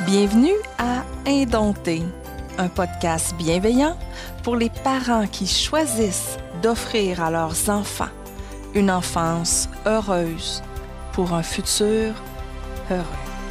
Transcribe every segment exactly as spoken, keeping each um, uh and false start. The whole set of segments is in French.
Bienvenue à Indompté, un podcast bienveillant pour les parents qui choisissent d'offrir à leurs enfants une enfance heureuse pour un futur heureux.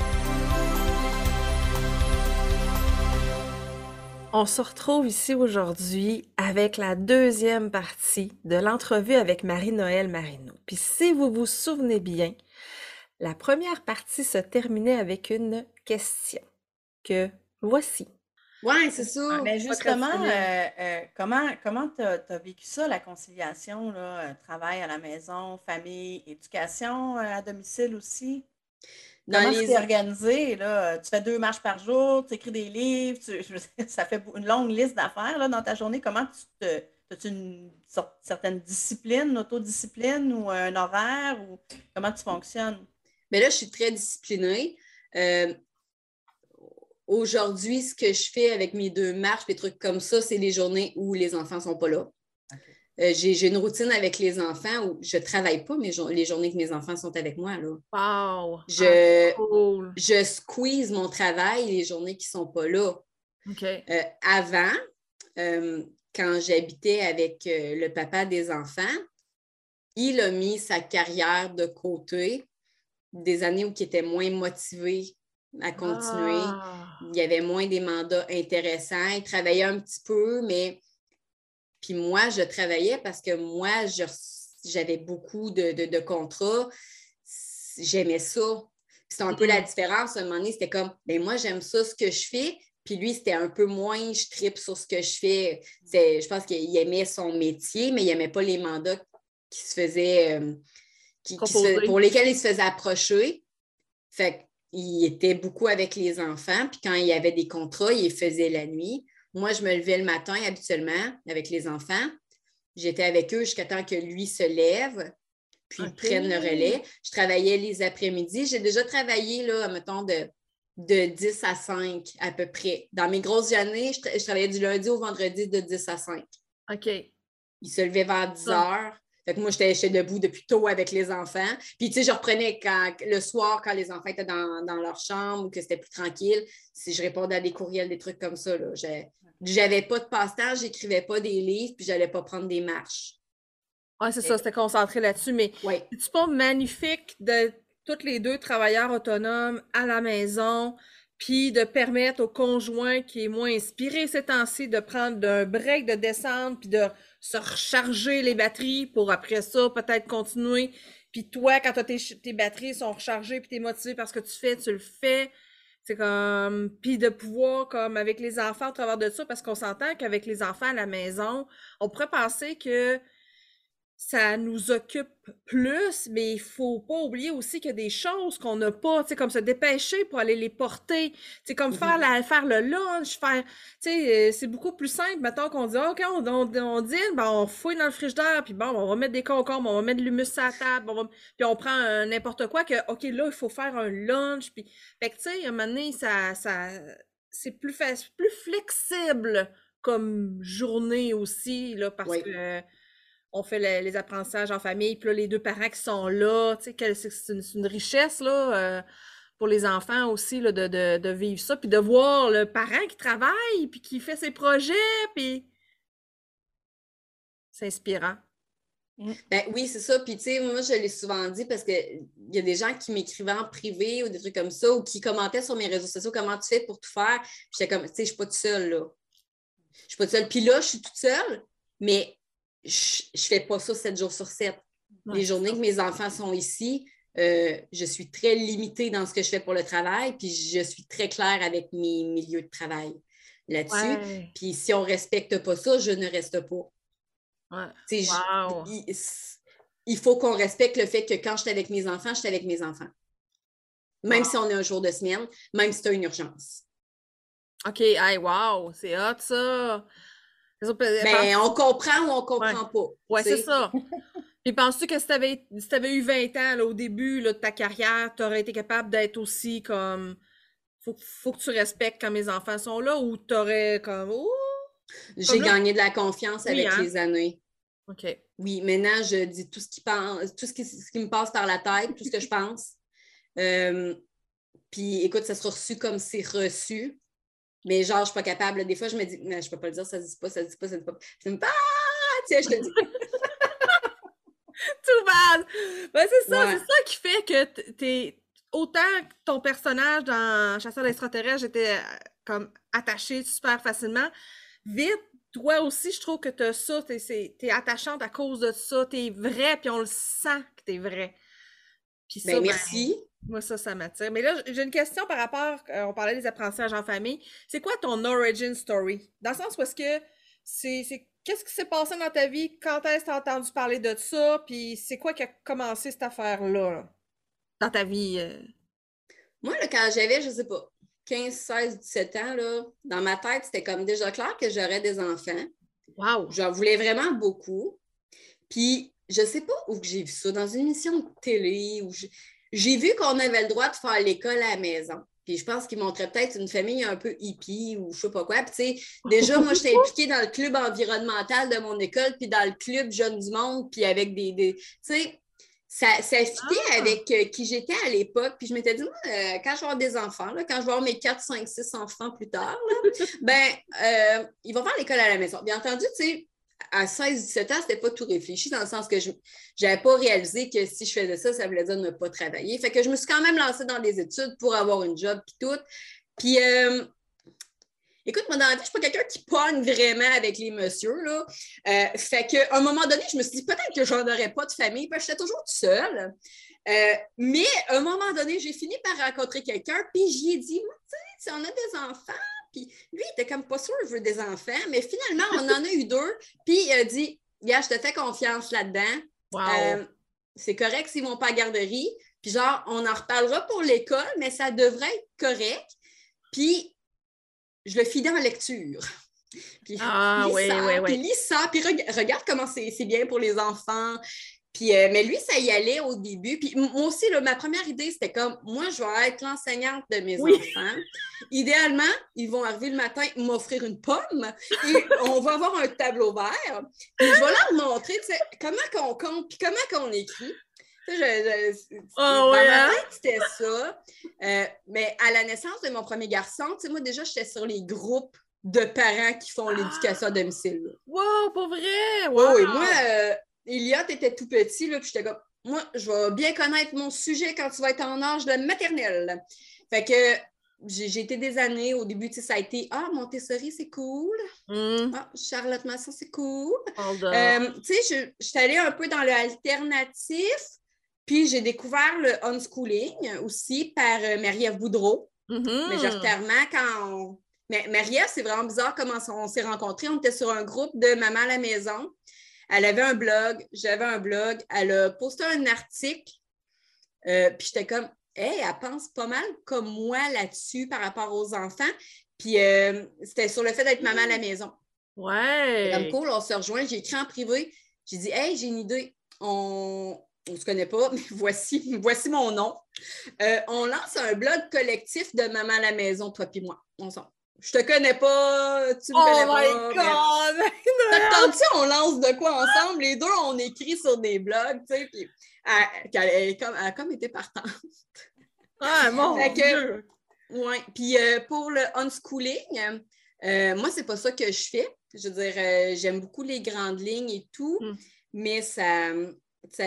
On se retrouve ici aujourd'hui avec la deuxième partie de l'entrevue avec Marie-Noëlle Marino. Puis si vous vous souvenez bien, la première partie se terminait avec une question que voici. Oui, c'est ça. Ah, ben justement, euh, euh, comment comment tu as vécu ça, la conciliation, là, euh, travail à la maison, famille, éducation euh, à domicile aussi? Dans Comment les... tu t'es organisé, là? Tu fais deux marches par jour, tu écris des livres, tu, je, ça fait une longue liste d'affaires là, dans ta journée. Comment tu te. As-tu une sorte, certaine discipline, une autodiscipline ou un horaire? Ou comment tu fonctionnes? Bien là, je suis très disciplinée. Euh, aujourd'hui, ce que je fais avec mes deux marches, des trucs comme ça, c'est les journées où les enfants ne sont pas là. Okay. Euh, j'ai, j'ai une routine avec les enfants où je ne travaille pas mes jo- les journées que mes enfants sont avec moi. Là. Wow! Je, ah, cool. je squeeze mon travail les journées qui ne sont pas là. Okay. Euh, avant, euh, quand j'habitais avec euh, le papa des enfants, il a mis sa carrière de côté, des années où il était moins motivé à continuer. Ah. Il y avait moins des mandats intéressants. Il travaillait un petit peu, mais... Puis moi, je travaillais parce que moi, je... j'avais beaucoup de, de, de contrats. J'aimais ça. C'est un mm-hmm. peu la différence. À un moment donné, c'était comme, ben moi, j'aime ça, ce que je fais. Puis lui, c'était un peu moins, je tripe sur ce que je fais. C'est, je pense qu'il aimait son métier, mais il n'aimait pas les mandats qui se faisaient... Euh, Qui, qui se, pour lesquels il se faisait approcher. Fait qu'il était beaucoup avec les enfants. Puis quand il y avait des contrats, il les faisait la nuit. Moi, je me levais le matin habituellement avec les enfants. J'étais avec eux jusqu'à temps que lui se lève, puis okay. prenne le relais. Je travaillais les après-midi. J'ai déjà travaillé, là, mettons, de, de dix à cinq à peu près. Dans mes grosses années, je, tra- je travaillais du lundi au vendredi de dix à cinq. OK. Il se levait vers dix heures. Fait que moi, j'étais, j'étais debout depuis tôt avec les enfants. Puis, tu sais, je reprenais quand, le soir, quand les enfants étaient dans, dans leur chambre ou que c'était plus tranquille, si je répondais à des courriels, des trucs comme ça. Là, j'avais pas de passe-temps, j'écrivais pas des livres, puis j'allais pas prendre des marches. Oui, c'est Et... ça, c'était concentré là-dessus. Mais ouais. c'est-tu pas magnifique de tous les deux travailleurs autonomes à la maison, puis de permettre au conjoint qui est moins inspiré ces temps-ci de prendre un break, de descendre, puis de se recharger les batteries pour après ça peut-être continuer. Puis toi, quand tes, tes batteries sont rechargées puis t'es motivé parce que tu fais, tu le fais. C'est comme... Puis de pouvoir, comme avec les enfants, au travers de ça, parce qu'on s'entend qu'avec les enfants à la maison, on pourrait penser que ça nous occupe plus, mais il faut pas oublier aussi qu'il y a des choses qu'on n'a pas, tu sais, comme se dépêcher pour aller les porter, tu sais, comme mm-hmm. faire, la, faire le lunch, faire, tu sais, euh, c'est beaucoup plus simple, mettons qu'on dit, OK, on, on, on dîne, ben, on fouille dans le frigidaire, puis bon, on va mettre des concombres, on va mettre de l'humus sur la table, on va, puis on prend euh, n'importe quoi, que, OK, là, il faut faire un lunch, puis, fait que, tu sais, à un moment donné, ça, ça, c'est plus, plus flexible comme journée aussi, là, parce oui. que on fait le, les apprentissages en famille, puis là, les deux parents qui sont là, tu sais, c'est, c'est, une, c'est une richesse, là, euh, pour les enfants aussi, là, de, de, de vivre ça, puis de voir le parent qui travaille, puis qui fait ses projets, puis c'est inspirant. Ben oui, c'est ça. Puis, tu sais, moi, je l'ai souvent dit parce qu'il y a des gens qui m'écrivaient en privé ou des trucs comme ça, ou qui commentaient sur mes réseaux sociaux, comment tu fais pour tout faire. Puis, j'étais comme, tu sais, je suis pas toute seule, là. Je suis pas toute seule. Puis là, je suis toute seule, mais je ne fais pas ça sept jours sur sept. Ouais, les journées que mes enfants sont ici, euh, je suis très limitée dans ce que je fais pour le travail, puis je suis très claire avec mes milieux de travail là-dessus. Ouais. Puis si on ne respecte pas ça, je ne reste pas. Ouais. Wow. Je, il, il faut qu'on respecte le fait que quand je suis avec mes enfants, je suis avec mes enfants. Même wow. si on est un jour de semaine, même si tu as une urgence. OK, hey, wow, c'est hot ça! Ben, on comprend ou on comprend ouais. pas. Oui, c'est ça. Puis penses-tu que si tu avais si eu vingt ans là, au début là, de ta carrière, tu aurais été capable d'être aussi comme faut, faut que tu respectes quand mes enfants sont là ou tu aurais comme Ouh! J'ai comme gagné là... de la confiance oui, avec hein? les années. OK. Oui, maintenant je dis tout ce qui pense, tout ce qui, ce qui me passe par la tête, tout ce que je pense. Euh, Puis, écoute, ça sera reçu comme c'est reçu. Mais genre, je suis pas capable. Là. Des fois, je me dis, non, je peux pas le dire, ça se dit pas, ça se dit pas, ça se dit pas. Je me dis, ah, tiens, je te le dis. Too bad! Ben, c'est ça, Ouais. c'est ça qui fait que t- t'es... Autant que ton personnage dans Chasseur d'extraterrestres, j'étais euh, comme attaché super facilement. Vite, toi aussi, je trouve que t'as ça, t'es, c'est- t'es attachante à cause de ça, t'es vrai, puis on le sent que t'es vrai. Puis ça, Ben, ben, merci. moi, ça, ça m'attire. Mais là, j'ai une question par rapport, euh, on parlait des apprentissages en famille. C'est quoi ton origin story? Dans le sens où est-ce que c'est, c'est qu'est-ce qui s'est passé dans ta vie? Quand est-ce que tu as entendu parler de ça? Puis c'est quoi qui a commencé cette affaire-là, là, dans ta vie? euh? Moi, là, quand j'avais, je sais pas, quinze, seize, dix-sept ans, là, dans ma tête, c'était comme déjà clair que j'aurais des enfants. Wow! J'en voulais vraiment beaucoup. Puis, je sais pas où que j'ai vu ça, dans une émission de télé, où je- j'ai vu qu'on avait le droit de faire l'école à la maison. Puis je pense qu'ils montraient peut-être une famille un peu hippie ou je sais pas quoi. Puis tu sais, déjà, moi, j'étais impliquée dans le club environnemental de mon école, puis dans le club Jeunes du Monde, puis avec des... des tu sais, ça, ça fitait Ah! avec euh, qui j'étais à l'époque. Puis je m'étais dit, moi, euh, quand je vais avoir des enfants, là, quand je vais avoir mes quatre, cinq, six enfants plus tard, là, ben, euh, ils vont faire l'école à la maison. Bien entendu, tu sais, à seize dix-sept ans, c'était pas tout réfléchi dans le sens que je n'avais pas réalisé que si je faisais ça, ça voulait dire ne pas travailler. Fait que je me suis quand même lancée dans des études pour avoir une job puis tout. Puis, euh, écoute, moi, dans la vie, je suis pas quelqu'un qui pogne vraiment avec les messieurs, là. Euh, fait qu'à un moment donné, je me suis dit peut-être que j'en aurais pas de famille, parce que j'étais toujours toute seule. Euh, mais à un moment donné, j'ai fini par rencontrer quelqu'un, puis j'y ai dit, tu sais, si on a des enfants, puis lui, il était comme pas sûr, je veux des enfants, mais finalement, on en a eu deux, puis il a dit, gars, je te fais confiance là-dedans. Wow! Euh, c'est correct s'ils vont pas à la garderie, puis genre, on en reparlera pour l'école, mais ça devrait être correct. Puis, je le fidais en lecture. Puis, Ah, lis oui, ça, oui, puis oui. lis ça, puis re- regarde comment c'est c'est bien pour les enfants. Puis, euh, mais lui, ça y allait au début. Puis moi aussi, là, ma première idée, c'était comme, moi, je vais être l'enseignante de mes Oui. enfants. Idéalement, ils vont arriver le matin, m'offrir une pomme et on va avoir un tableau vert. Puis je vais leur montrer, tu sais, comment qu'on compte, puis comment qu'on écrit. Tu sais, je- je- Ah, dans ouais, ma hein? tête, c'était ça. Euh, mais à la naissance de mon premier garçon, tu sais, moi, déjà, j'étais sur les groupes de parents qui font l'éducation à domicile. là. Wow, pour vrai! Oui, Wow! oui, moi, euh, Elliot était tout petit, là, puis j'étais comme, moi, je vais bien connaître mon sujet quand tu vas être en âge de maternelle. Fait que j'ai j'ai été des années, au début, tu sais, ça a été, ah, Montessori, c'est cool. Mm. Ah, Charlotte Masson, c'est cool. Hold on. Euh, tu sais, je, je suis allée un peu dans le alternatif, puis j'ai découvert le unschooling aussi par euh, Marie-Ève Boudreau. Mhm. Majoritairement, quand on... Mais Marie-Ève, c'est vraiment bizarre comment on s'est rencontrés. On était sur un groupe de Maman à la maison. Elle avait un blog, j'avais un blog. Elle a posté un article, euh, puis j'étais comme, hey, elle pense pas mal comme moi là-dessus par rapport aux enfants. Puis euh, c'était sur le fait d'être maman à la maison. C'est comme Ouais! cool, on se rejoint. J'ai écrit en privé. J'ai dit, hey, j'ai une idée. On ne se connaît pas, mais voici, voici mon nom. Euh, on lance un blog collectif de maman à la maison, toi puis moi. Ensemble. Je te connais pas, tu me Oh connais my pas. Mais... God! Ça te tente-tu, on lance de quoi ensemble? Les deux, on écrit sur des blogs, tu sais, puis elle, elle, elle, elle, elle a comme été partante. Ah, mon Fait que, Dieu! ouais. Puis euh, pour le unschooling, euh, moi, c'est pas ça que je fais. Je veux dire, euh, j'aime beaucoup les grandes lignes et tout, Mm. mais ça, ça,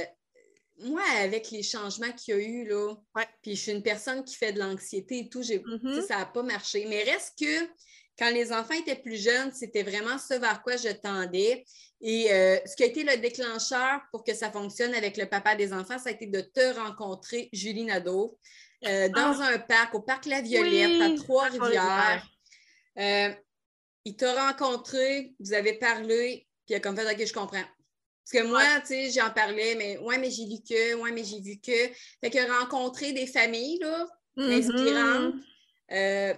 moi, avec les changements qu'il y a eu, là, Ouais. puis je suis une personne qui fait de l'anxiété et tout, j'ai, Mhm. ça n'a pas marché. Mais reste que quand les enfants étaient plus jeunes, c'était vraiment ce vers quoi je tendais. Et euh, ce qui a été le déclencheur pour que ça fonctionne avec le papa des enfants, ça a été de te rencontrer, Julie Nadeau, euh, dans Ah, un parc, au parc La Violette, oui! à À Trois-Rivières. Trois-Rivières. Euh, il t'a rencontré, vous avez parlé, puis il a comme fait, OK, je comprends. Parce que moi, Ouais. tu sais, j'en parlais, mais ouais, mais j'ai vu que, ouais, mais j'ai vu que. Fait que rencontrer des familles, là, inspirantes, Mhm. euh,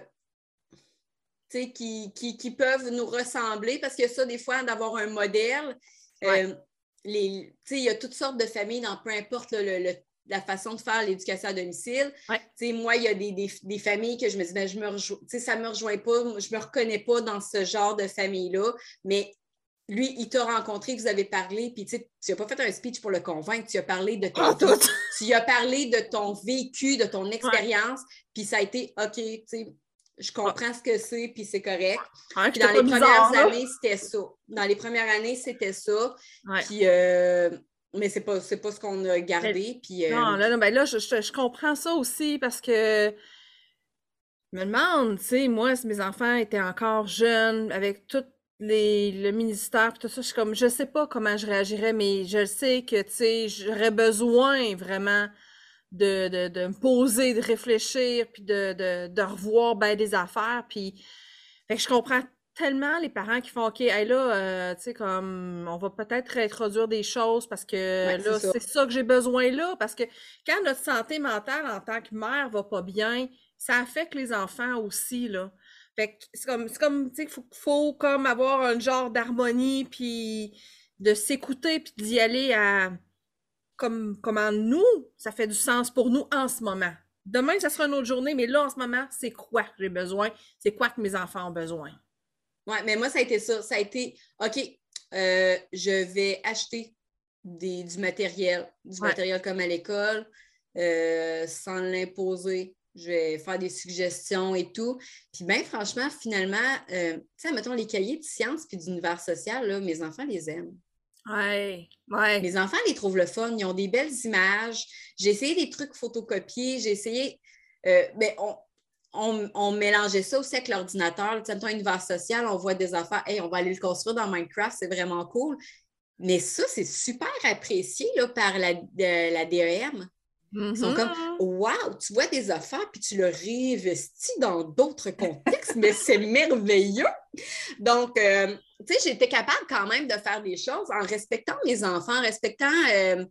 tu sais, qui, qui, qui peuvent nous ressembler, parce que ça, des fois, d'avoir un modèle, Ouais. euh, les, tu sais, il y a toutes sortes de familles dans peu importe le, le, le- la façon de faire l'éducation à domicile. Ouais. Tu sais, moi, il y a des, des, des familles que je me dis, ben, je me rejoins, tu sais, ça ne me rejoint pas, je ne me reconnais pas dans ce genre de famille-là, mais lui, il t'a rencontré, vous avez parlé, puis tu sais, tu n'as pas fait un speech pour le convaincre, tu as parlé de Ah, ton tout. tu as parlé de ton vécu, de ton expérience, puis ça a été OK, tu sais, je comprends ce que c'est, puis c'est correct. Ouais, Puis j'étais dans pas les bizarre, premières là. années, c'était ça. Dans les premières années, c'était ça. Ouais. Puis, euh, mais c'est pas, c'est pas ce qu'on a Mais- gardé. Puis, euh, Non, là, là, ben là, je, je- je comprends ça aussi parce que je me demande, tu sais, moi, si mes enfants étaient encore jeunes, avec tout les, le ministère, puis tout ça, je suis comme, je sais pas comment je réagirais, mais je sais que, tu sais, j'aurais besoin vraiment de, de, de me poser, de réfléchir, puis de, de, de revoir ben des affaires, puis fait que je comprends tellement les parents qui font, OK, hey, là, euh, tu sais, comme, on va peut-être réintroduire des choses parce que ouais, c'est là, ça. c'est ça que j'ai besoin là, parce que quand notre santé mentale en tant que mère va pas bien, ça affecte les enfants aussi, là. Fait que c'est comme, c'est comme, tu sais, faut, faut comme avoir un genre d'harmonie, puis de s'écouter, puis d'y aller à comme comment nous, ça fait du sens pour nous en ce moment. Demain, ça sera une autre journée, mais là, en ce moment, c'est quoi que j'ai besoin? C'est quoi que mes enfants ont besoin? Oui, mais moi, ça a été ça. Ça a été OK, euh, je vais acheter des, du matériel, du Ouais. matériel comme à l'école, euh, sans l'imposer. Je vais faire des suggestions et tout. Puis bien, franchement, finalement, euh, tu sais, mettons les cahiers de sciences puis d'univers social, là, mes enfants les aiment. Ouais, ouais. Mes enfants les trouvent le fun, ils ont des belles images. J'ai essayé des trucs photocopiés, j'ai essayé. Euh, ben, on, on, on mélangeait ça aussi avec l'ordinateur. Tu sais, mettons, univers social, on voit des affaires. Hey, on va aller le construire dans Minecraft, c'est vraiment cool. Mais ça, c'est super apprécié là, par la, de, la D E M. Ils sont comme Mhm. wow, tu vois des affaires puis tu le réinvestis dans d'autres contextes, mais c'est merveilleux. Donc, euh, tu sais, j'étais capable quand même de faire des choses en respectant mes enfants, en respectant euh,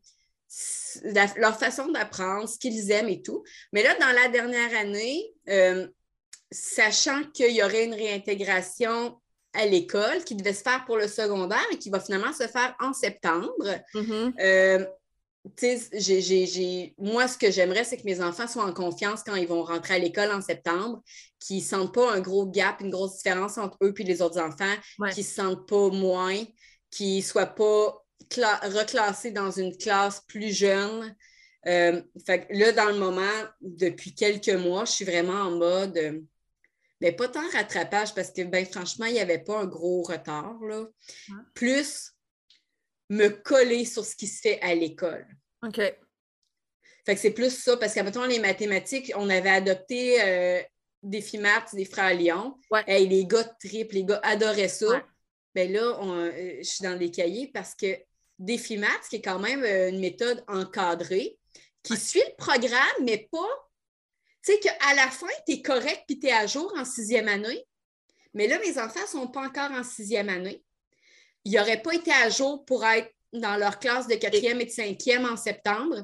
la, leur façon d'apprendre, ce qu'ils aiment et tout. Mais là, dans la dernière année, euh, sachant qu'il y aurait une réintégration à l'école qui devait se faire pour le secondaire et qui va finalement se faire en septembre, Mhm. euh, j'ai, j'ai, j'ai... moi, ce que j'aimerais, c'est que mes enfants soient en confiance quand ils vont rentrer à l'école en septembre, qu'ils ne sentent pas un gros gap, une grosse différence entre eux et les autres enfants, Ouais. qu'ils ne se sentent pas moins, qu'ils ne soient pas cla- reclassés dans une classe plus jeune. Euh, fait que là, dans le moment, depuis quelques mois, je suis vraiment en mode, euh, ben, pas tant rattrapage parce que, ben, franchement, il n'y avait pas un gros retard, là. Ouais. Plus me coller sur ce qui se fait à l'école. OK. Fait que c'est plus ça, parce qu'à mettons, les mathématiques, on avait adopté euh, des filles maths, des frères Lyon. Ouais. Hey, les gars triplent, les gars adoraient ça. Ouais. Ben là, on, euh, je suis dans les cahiers parce que des filles maths, qui est quand même euh, une méthode encadrée, qui Ouais. suit le programme, mais pas. Tu sais, qu'à la fin, tu es correct puis tu es à jour en sixième année. Mais là, mes enfants ne sont pas encore en sixième année. Ils n'auraient pas été à jour pour être dans leur classe de quatrième et de cinquième en septembre.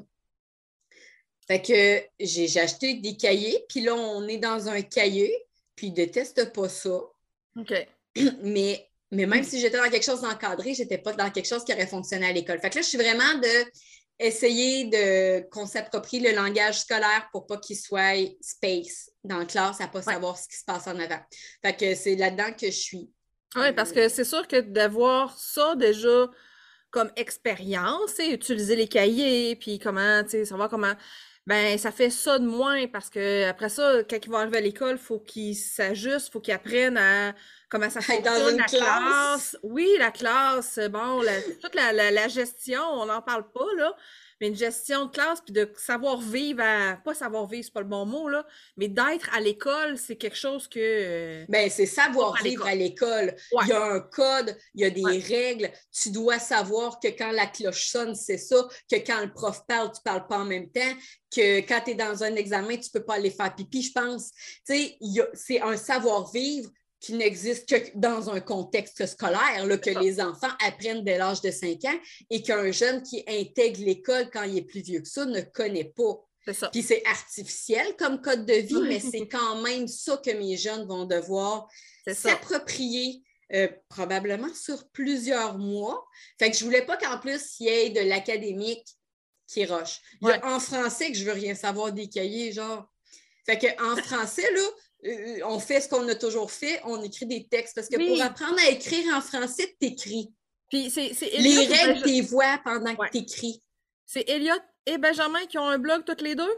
Fait que j'ai, j'ai acheté des cahiers, puis là, on est dans un cahier, puis ils ne détestent pas ça. OK. Mais, mais même si j'étais dans quelque chose d'encadré, je n'étais pas dans quelque chose qui aurait fonctionné à l'école. Fait que là, je suis vraiment de essayer de qu'on s'approprie le langage scolaire pour pas qu'il soit space dans la classe à pas Ouais. savoir ce qui se passe en avant. Fait que c'est là-dedans que je suis. Oui, parce que c'est sûr que d'avoir ça déjà comme expérience, tu sais, utiliser les cahiers, puis comment, tu sais, savoir comment, ben, ça fait ça de moins, parce que après ça, quand ils vont arriver à l'école, faut qu'ils s'ajustent, faut qu'ils apprennent à comment ça Être dans fonctionne, une la classe. classe. Oui, la classe, bon, la- toute la, la- la gestion, on n'en parle pas, là, mais une gestion de classe, puis de savoir vivre à, pas savoir vivre, c'est pas le bon mot, là, mais d'être à l'école, c'est quelque chose que, euh, Ben, c'est savoir à vivre l'école. à l'école. Ouais. Il y a un code, il y a des Ouais. règles. Tu dois savoir que quand la cloche sonne, c'est ça, que quand le prof parle, tu ne parles pas en même temps, que quand tu es dans un examen, tu ne peux pas aller faire pipi, je pense. Tu sais, il y a- c'est un savoir-vivre qui n'existe que dans un contexte scolaire, là, que ça. les enfants apprennent dès l'âge de cinq ans et qu'un jeune qui intègre l'école quand il est plus vieux que ça ne connaît pas. C'est ça. Puis c'est artificiel comme code de vie, mais c'est quand même ça que mes jeunes vont devoir C'est ça. s'approprier euh, probablement sur plusieurs mois. Fait que je voulais pas qu'en plus, il y ait de l'académique qui roche. Il y a Ouais. en français que je veux rien savoir des cahiers, genre. Fait qu'en français, là, euh, on fait ce qu'on a toujours fait, on écrit des textes. Parce que Oui. pour apprendre à écrire en français, t'écris. Puis c'est, c'est Elliot Les et règles, Benja- tes voix pendant Ouais. que tu écris. c'est Elliot et Benjamin qui ont un blog toutes les deux?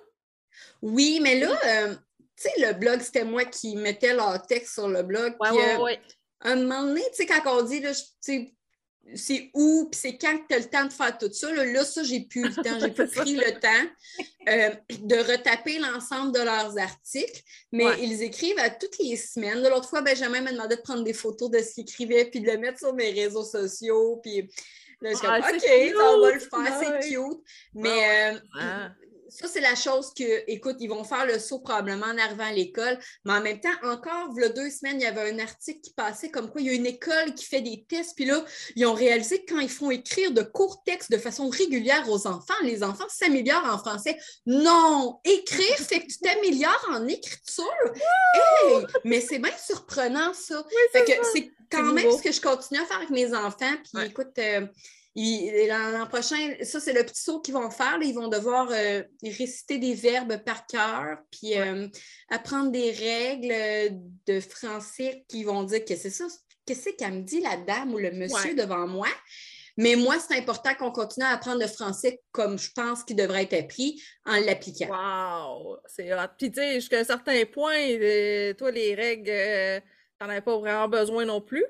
Oui, mais là, Oui. euh, tu sais, le blog, c'était moi qui mettais leur texte sur le blog. Ouais, Puis, ouais, euh, ouais. un moment donné, tu sais, quand on dit, là, je- tu sais, c'est où, puis c'est quand que tu as le temps de faire tout ça. Là, là ça, j'ai plus le temps. J'ai plus C'est ça. pris le temps euh, de retaper l'ensemble de leurs articles, mais Ouais. ils écrivent à toutes les semaines. Là, l'autre fois, Benjamin m'a demandé de prendre des photos de ce qu'il écrivait puis de le mettre sur mes réseaux sociaux. Puis là, je suis Ah, comme, c'est OK, ça, on va le cute! faire, c'est Nice! cute. Mais Ah ouais. euh, Ah. ça, c'est la chose que, écoute, ils vont faire le saut probablement en arrivant à l'école, mais en même temps, encore, il y a deux semaines, il y avait un article qui passait comme quoi il y a une école qui fait des tests, puis là, ils ont réalisé que quand ils font écrire de courts textes de façon régulière aux enfants, les enfants s'améliorent en français. Non! Écrire fait que tu t'améliores en écriture. Hey! Mais c'est bien surprenant, ça. Oui, Fait c'est que ça. c'est C'est quand même nouveau. ce que je continue à faire avec mes enfants, puis Ouais. écoute... euh, ils- L'an l'an prochain, ça, c'est le petit saut qu'ils vont faire. Là. Ils vont devoir euh, réciter des verbes par cœur, puis Ouais. euh, apprendre des règles euh, de français qui vont dire que c'est ça, qu'est-ce qu'elle me dit, la dame ou le monsieur Ouais. devant moi. Mais moi, c'est important qu'on continue à apprendre le français comme je pense qu'il devrait être appris en l'appliquant. Wow! C'est hot. Puis, tu sais, jusqu'à un certain point, euh, toi, les règles, euh, t'en avais pas vraiment besoin non plus.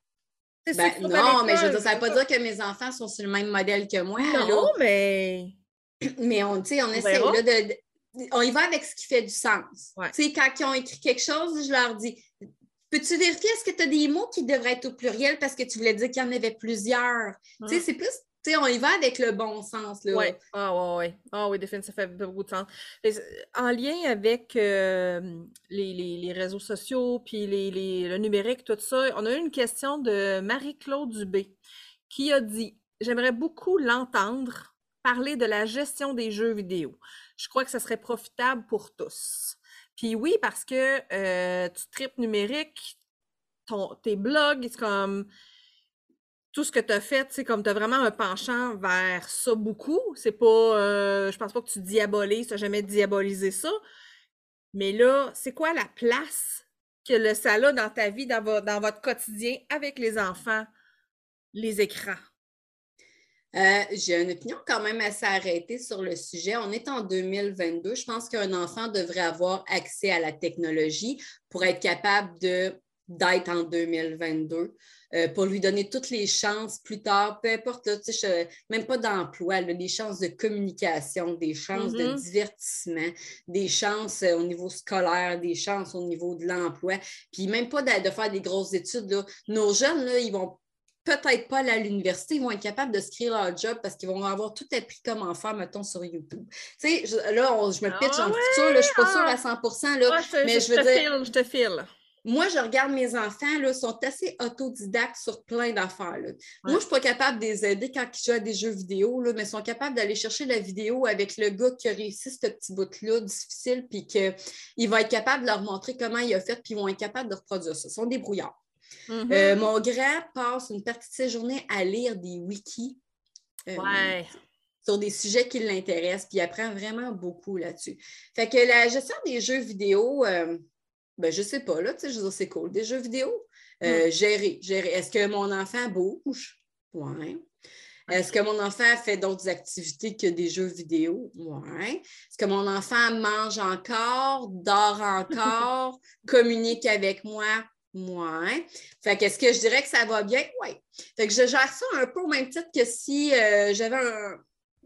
C'est ceux Ben qui sont à non, mais je veux l'école, dire, ça ne veut pas ben, dire que mes enfants sont sur le même modèle que moi, non, là. mais Mais on, tu sais, on on essaye verra. là, de, de- on y va avec ce qui fait du sens. Ouais. Tu sais, quand ils ont écrit quelque chose, je leur dis, peux-tu vérifier, est-ce que tu as des mots qui devraient être au pluriel parce que tu voulais dire qu'il y en avait plusieurs? Tu sais, Hum. c'est plus, tu sais, on y va avec le bon sens, là. Ouais. Ah, ouais, ouais. Ah, oui, définitivement, ça fait beaucoup de sens. Et c'est- en lien avec euh, les, les- les réseaux sociaux, puis les, les- le numérique, tout ça, on a eu une question de Marie-Claude Dubé qui a dit: J'aimerais beaucoup l'entendre parler de la gestion des jeux vidéo. Je crois que ça serait profitable pour tous. Puis oui, parce que euh, tu tripes numérique, ton, tes blogs, c'est comme tout ce que tu as fait, c'est comme tu as vraiment un penchant vers ça beaucoup. C'est pas, euh, je pense pas que tu diabolises, tu n'as jamais diabolisé ça. Mais là, c'est quoi la place que le, ça a dans ta vie, dans, vo- dans votre quotidien avec les enfants, les écrans? Euh, j'ai une opinion quand même assez arrêtée sur le sujet. On est en deux mille vingt-deux. Je pense qu'un enfant devrait avoir accès à la technologie pour être capable de, d'être en deux mille vingt-deux, euh, pour lui donner toutes les chances plus tard, peu importe, là, tu sais, je- même pas d'emploi, là, des chances de communication, des chances de Mhm. divertissement, des chances euh, au niveau scolaire, des chances au niveau de l'emploi, puis même pas de, de faire des grosses études, là. Nos jeunes, là, ils vont peut-être pas aller à l'université, ils vont être capables de se créer leur job parce qu'ils vont avoir tout appris comment faire, mettons, sur YouTube. Tu sais, je- là, on- je me pitch Ah dans le futur, là, je ouais! ne suis pas sûre Ah! à cent pour cent, là, Ah, je te, mais je, je je veux te dire, file, je te file. moi, je regarde mes enfants, là, sont assez autodidactes sur plein d'affaires. Là. Moi, je ne suis pas capable de les aider quand ils jouent à des jeux vidéo, là, mais ils sont capables d'aller chercher la vidéo avec le gars qui a réussi ce petit bout-là difficile, puis qu'il va être capable de leur montrer comment il a fait, puis ils vont être capables de reproduire ça. Ils sont débrouillards. Mhm. Euh, mon grand passe une partie de ses journées à lire des wikis euh, Ouais. sur des sujets qui l'intéressent, puis il apprend vraiment beaucoup là-dessus. Fait que la gestion des jeux vidéo, euh, ben, je sais pas, là, tu sais, je veux dire, c'est cool. Des jeux vidéo, euh, Mm. gérer, gérer. Est-ce que mon enfant bouge? Oui. Est-ce que mon enfant fait d'autres activités que des jeux vidéo? Oui. Est-ce que mon enfant mange encore, dort encore, communique avec moi? Oui. Fait que est-ce que je dirais que ça va bien? Oui. Fait que je gère ça un peu au même titre que si euh, j'avais un,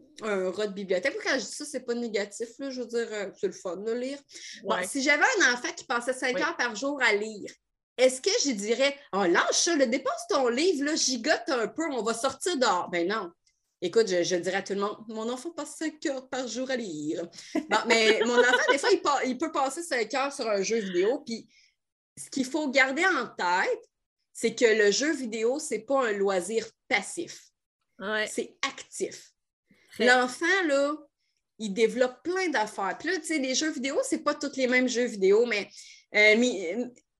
un rat de bibliothèque. Quand je dis ça, c'est pas négatif, là, je veux dire, euh, c'est le fun de lire. Bon, Ouais. si j'avais un enfant qui passait cinq Oui. heures par jour à lire, est-ce que je dirais, oh, lâche ça, le dépasse ton livre, là, gigote un peu, on va sortir dehors? Ben non. Écoute, je, je dirais à tout le monde, mon enfant passe cinq heures par jour à lire. Bon, mais mon enfant, des fois, il, pa- il peut passer cinq heures sur un jeu vidéo, puis ce qu'il faut garder en tête, c'est que le jeu vidéo, c'est pas un loisir passif. Ouais. C'est actif. Très. L'enfant, là, il développe plein d'affaires. Puis là, tu sais, les jeux vidéo, c'est pas tous les mêmes jeux vidéo, mais, euh, mais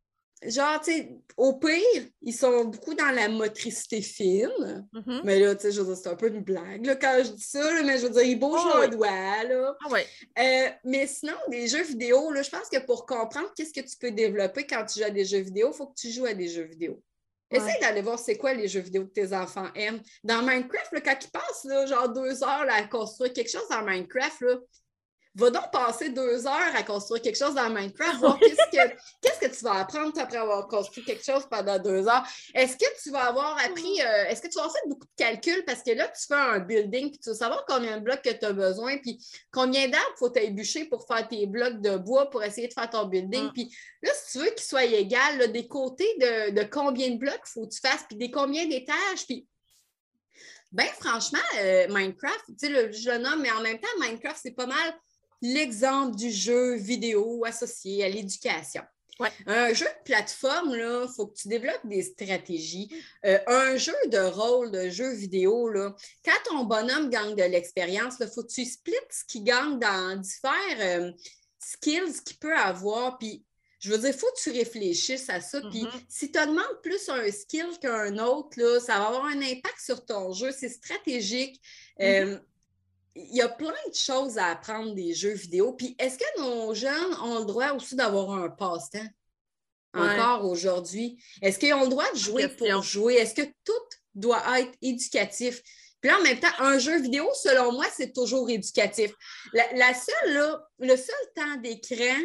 genre, tu sais, au pire, ils sont beaucoup dans la motricité fine. Mhm. Mais là, tu sais, je veux dire, c'est un peu une blague là, quand je dis ça, là, mais je veux dire, ils bougent Oh, leurs oui. doigts, là. Ah ouais. Euh, mais sinon, des jeux vidéo, là, je pense que pour comprendre qu'est-ce que tu peux développer quand tu joues à des jeux vidéo, il faut que tu joues à des jeux vidéo. Essaye Ouais. d'aller voir c'est quoi les jeux vidéo que tes enfants aiment. Dans Minecraft, là, quand ils passent là, genre deux heures là, à construire quelque chose dans Minecraft, là, va donc passer deux heures à construire quelque chose dans Minecraft, voir qu'est-ce que, qu'est-ce que tu vas apprendre après avoir construit quelque chose pendant deux heures. Est-ce que tu vas avoir appris, euh, est-ce que tu vas avoir fait beaucoup de calculs? Parce que là, tu fais un building, puis tu vas savoir combien de blocs que tu as besoin, puis combien d'arbres il faut t'ébûcher pour faire tes blocs de bois pour essayer de faire ton building. Mm. Puis là, si tu veux qu'il soit égal, là, des côtés de, de combien de blocs il faut que tu fasses, puis des combien d'étages, puis ben franchement, euh, Minecraft, tu sais, le, je le nomme, mais en même temps, Minecraft, c'est pas mal l'exemple du jeu vidéo associé à l'éducation. Ouais. Un jeu de plateforme, il faut que tu développes des stratégies. Euh, un jeu de rôle, de jeu vidéo, là, quand ton bonhomme gagne de l'expérience, il faut que tu splits ce qu'il gagne dans différents euh, skills qu'il peut avoir. Puis, je veux dire, il faut que tu réfléchisses à ça. Mm-hmm. Puis, si tu augmentes plus un skill qu'un autre, là, ça va avoir un impact sur ton jeu. C'est stratégique. Mm-hmm. Euh, Il y a plein de choses à apprendre des jeux vidéo. Puis, est-ce que nos jeunes ont le droit aussi d'avoir un passe-temps? Encore ouais. Aujourd'hui? Est-ce qu'ils ont le droit de jouer pour jouer? Est-ce que tout doit être éducatif? Puis là, en même temps, un jeu vidéo, selon moi, c'est toujours éducatif. La, la seule, là, le seul temps d'écran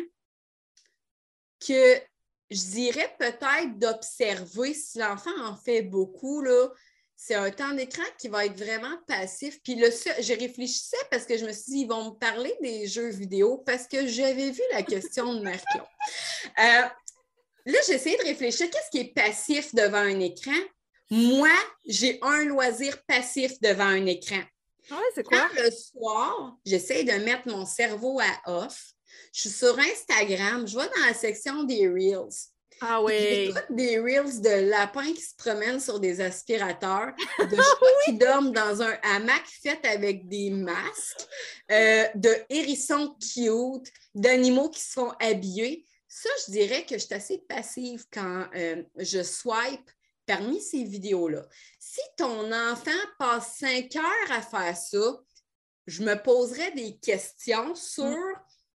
que je dirais peut-être d'observer si l'enfant en fait beaucoup, là, c'est un temps d'écran qui va être vraiment passif. Puis le seul, je réfléchissais parce que je me suis dit, ils vont me parler des jeux vidéo parce que j'avais vu la question de Marie-Claude. Euh, là, j'ai essayé de réfléchir, qu'est-ce qui est passif devant un écran? Moi, j'ai un loisir passif devant un écran. Ouais, c'est quoi? Quand le soir, j'essaie de mettre mon cerveau à off, je suis sur Instagram, je vais dans la section des Reels. Ah oui. J'écoute des reels de lapins qui se promènent sur des aspirateurs, de chats qui dorment dans un hamac fait avec des masques, euh, de hérissons cute, d'animaux qui se font habiller. Ça, je dirais que je suis assez passive quand euh, je swipe parmi ces vidéos-là. Si ton enfant passe cinq heures à faire ça, je me poserais des questions sur... Mm.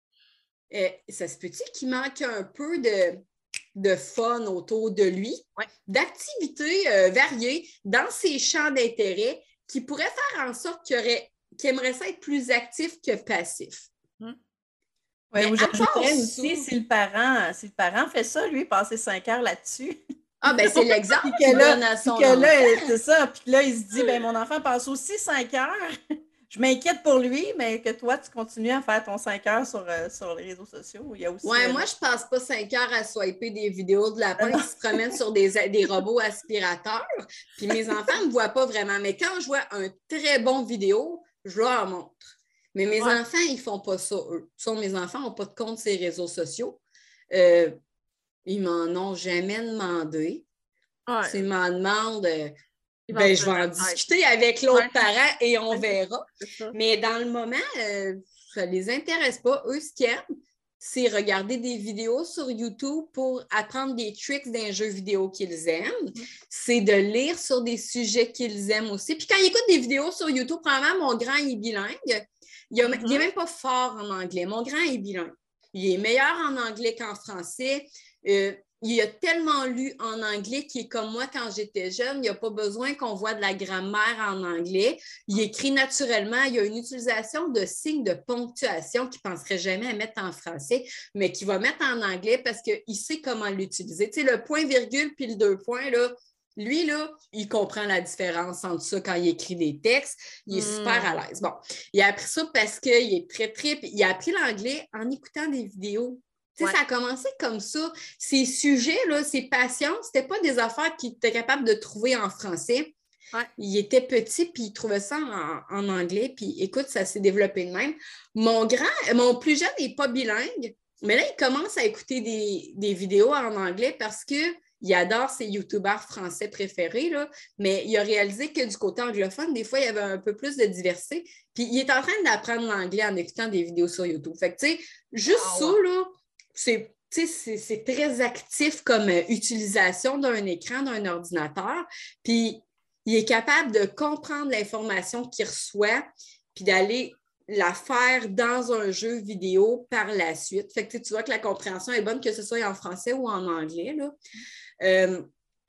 Euh, ça se peut-il qu'il manque un peu de... de fun autour de lui, ouais. d'activités euh, variées dans ses champs d'intérêt qui pourraient faire en sorte qu'il, aurait, qu'il aimerait ça être plus actif que passif. Hum. Oui, ou j'ajouterais aussi, si le, parent, si le parent fait ça, lui, passer cinq heures là-dessus. Ah, ben c'est l'exemple qu'il là, donne à son que enfant. Là, c'est ça. Puis là, il se dit, ben mon enfant passe aussi cinq heures. Je m'inquiète pour lui, mais que toi, tu continues à faire ton cinq heures sur, euh, sur les réseaux sociaux. Il y a aussi, ouais, euh, moi, je passe pas cinq heures à swiper des vidéos de lapins qui se promènent sur des, des robots aspirateurs. Puis mes enfants ne me voient pas vraiment. Mais quand je vois un très bon vidéo, je leur montre. Mais mes ouais. enfants, ils font pas ça, eux. Sont, mes enfants n'ont pas de compte sur les réseaux sociaux. Euh, ils m'en ont jamais demandé. Ouais. S'ils m'en demandent... Euh, Ben, je vais en discuter avec l'autre ouais. parent et on verra. Mais dans le moment, euh, ça ne les intéresse pas. Eux, ce qu'ils aiment, c'est regarder des vidéos sur YouTube pour apprendre des tricks d'un jeu vidéo qu'ils aiment. Mm-hmm. C'est de lire sur des sujets qu'ils aiment aussi. Puis quand ils écoutent des vidéos sur YouTube, probablement, mon grand il est bilingue. Il n'est mm-hmm. même pas fort en anglais. Mon grand est bilingue. Il est meilleur en anglais qu'en français. Euh, Il a tellement lu en anglais qu'il est comme moi quand j'étais jeune. Il n'y a pas besoin qu'on voit de la grammaire en anglais. Il écrit naturellement. Il y a une utilisation de signes de ponctuation qu'il ne penserait jamais à mettre en français, mais qu'il va mettre en anglais parce qu'il sait comment l'utiliser. Tu sais, le point-virgule puis le deux points, là, lui, là, il comprend la différence entre ça quand il écrit des textes. Il est mmh. super à l'aise. Bon, il a appris ça parce qu'il est très trip. Il a appris l'anglais en écoutant des vidéos. Tu sais, ouais. Ça a commencé comme ça. Ces sujets-là, ces passions, c'était pas des affaires qu'il était capable de trouver en français. Ouais. Il était petit, puis il trouvait ça en, en anglais. Puis écoute, ça s'est développé de même. Mon grand, mon plus jeune n'est pas bilingue, mais là, il commence à écouter des, des vidéos en anglais parce qu'il adore ses youtubeurs français préférés, là, mais il a réalisé que du côté anglophone, des fois, il y avait un peu plus de diversité. Puis il est en train d'apprendre l'anglais en écoutant des vidéos sur YouTube. Fait que, tu sais, juste oh, ça, ouais. là, c'est, c'est, c'est très actif comme euh, utilisation d'un écran, d'un ordinateur. Puis, il est capable de comprendre l'information qu'il reçoit puis d'aller la faire dans un jeu vidéo par la suite. Fait que tu vois que la compréhension est bonne, que ce soit en français ou en anglais, là. Euh,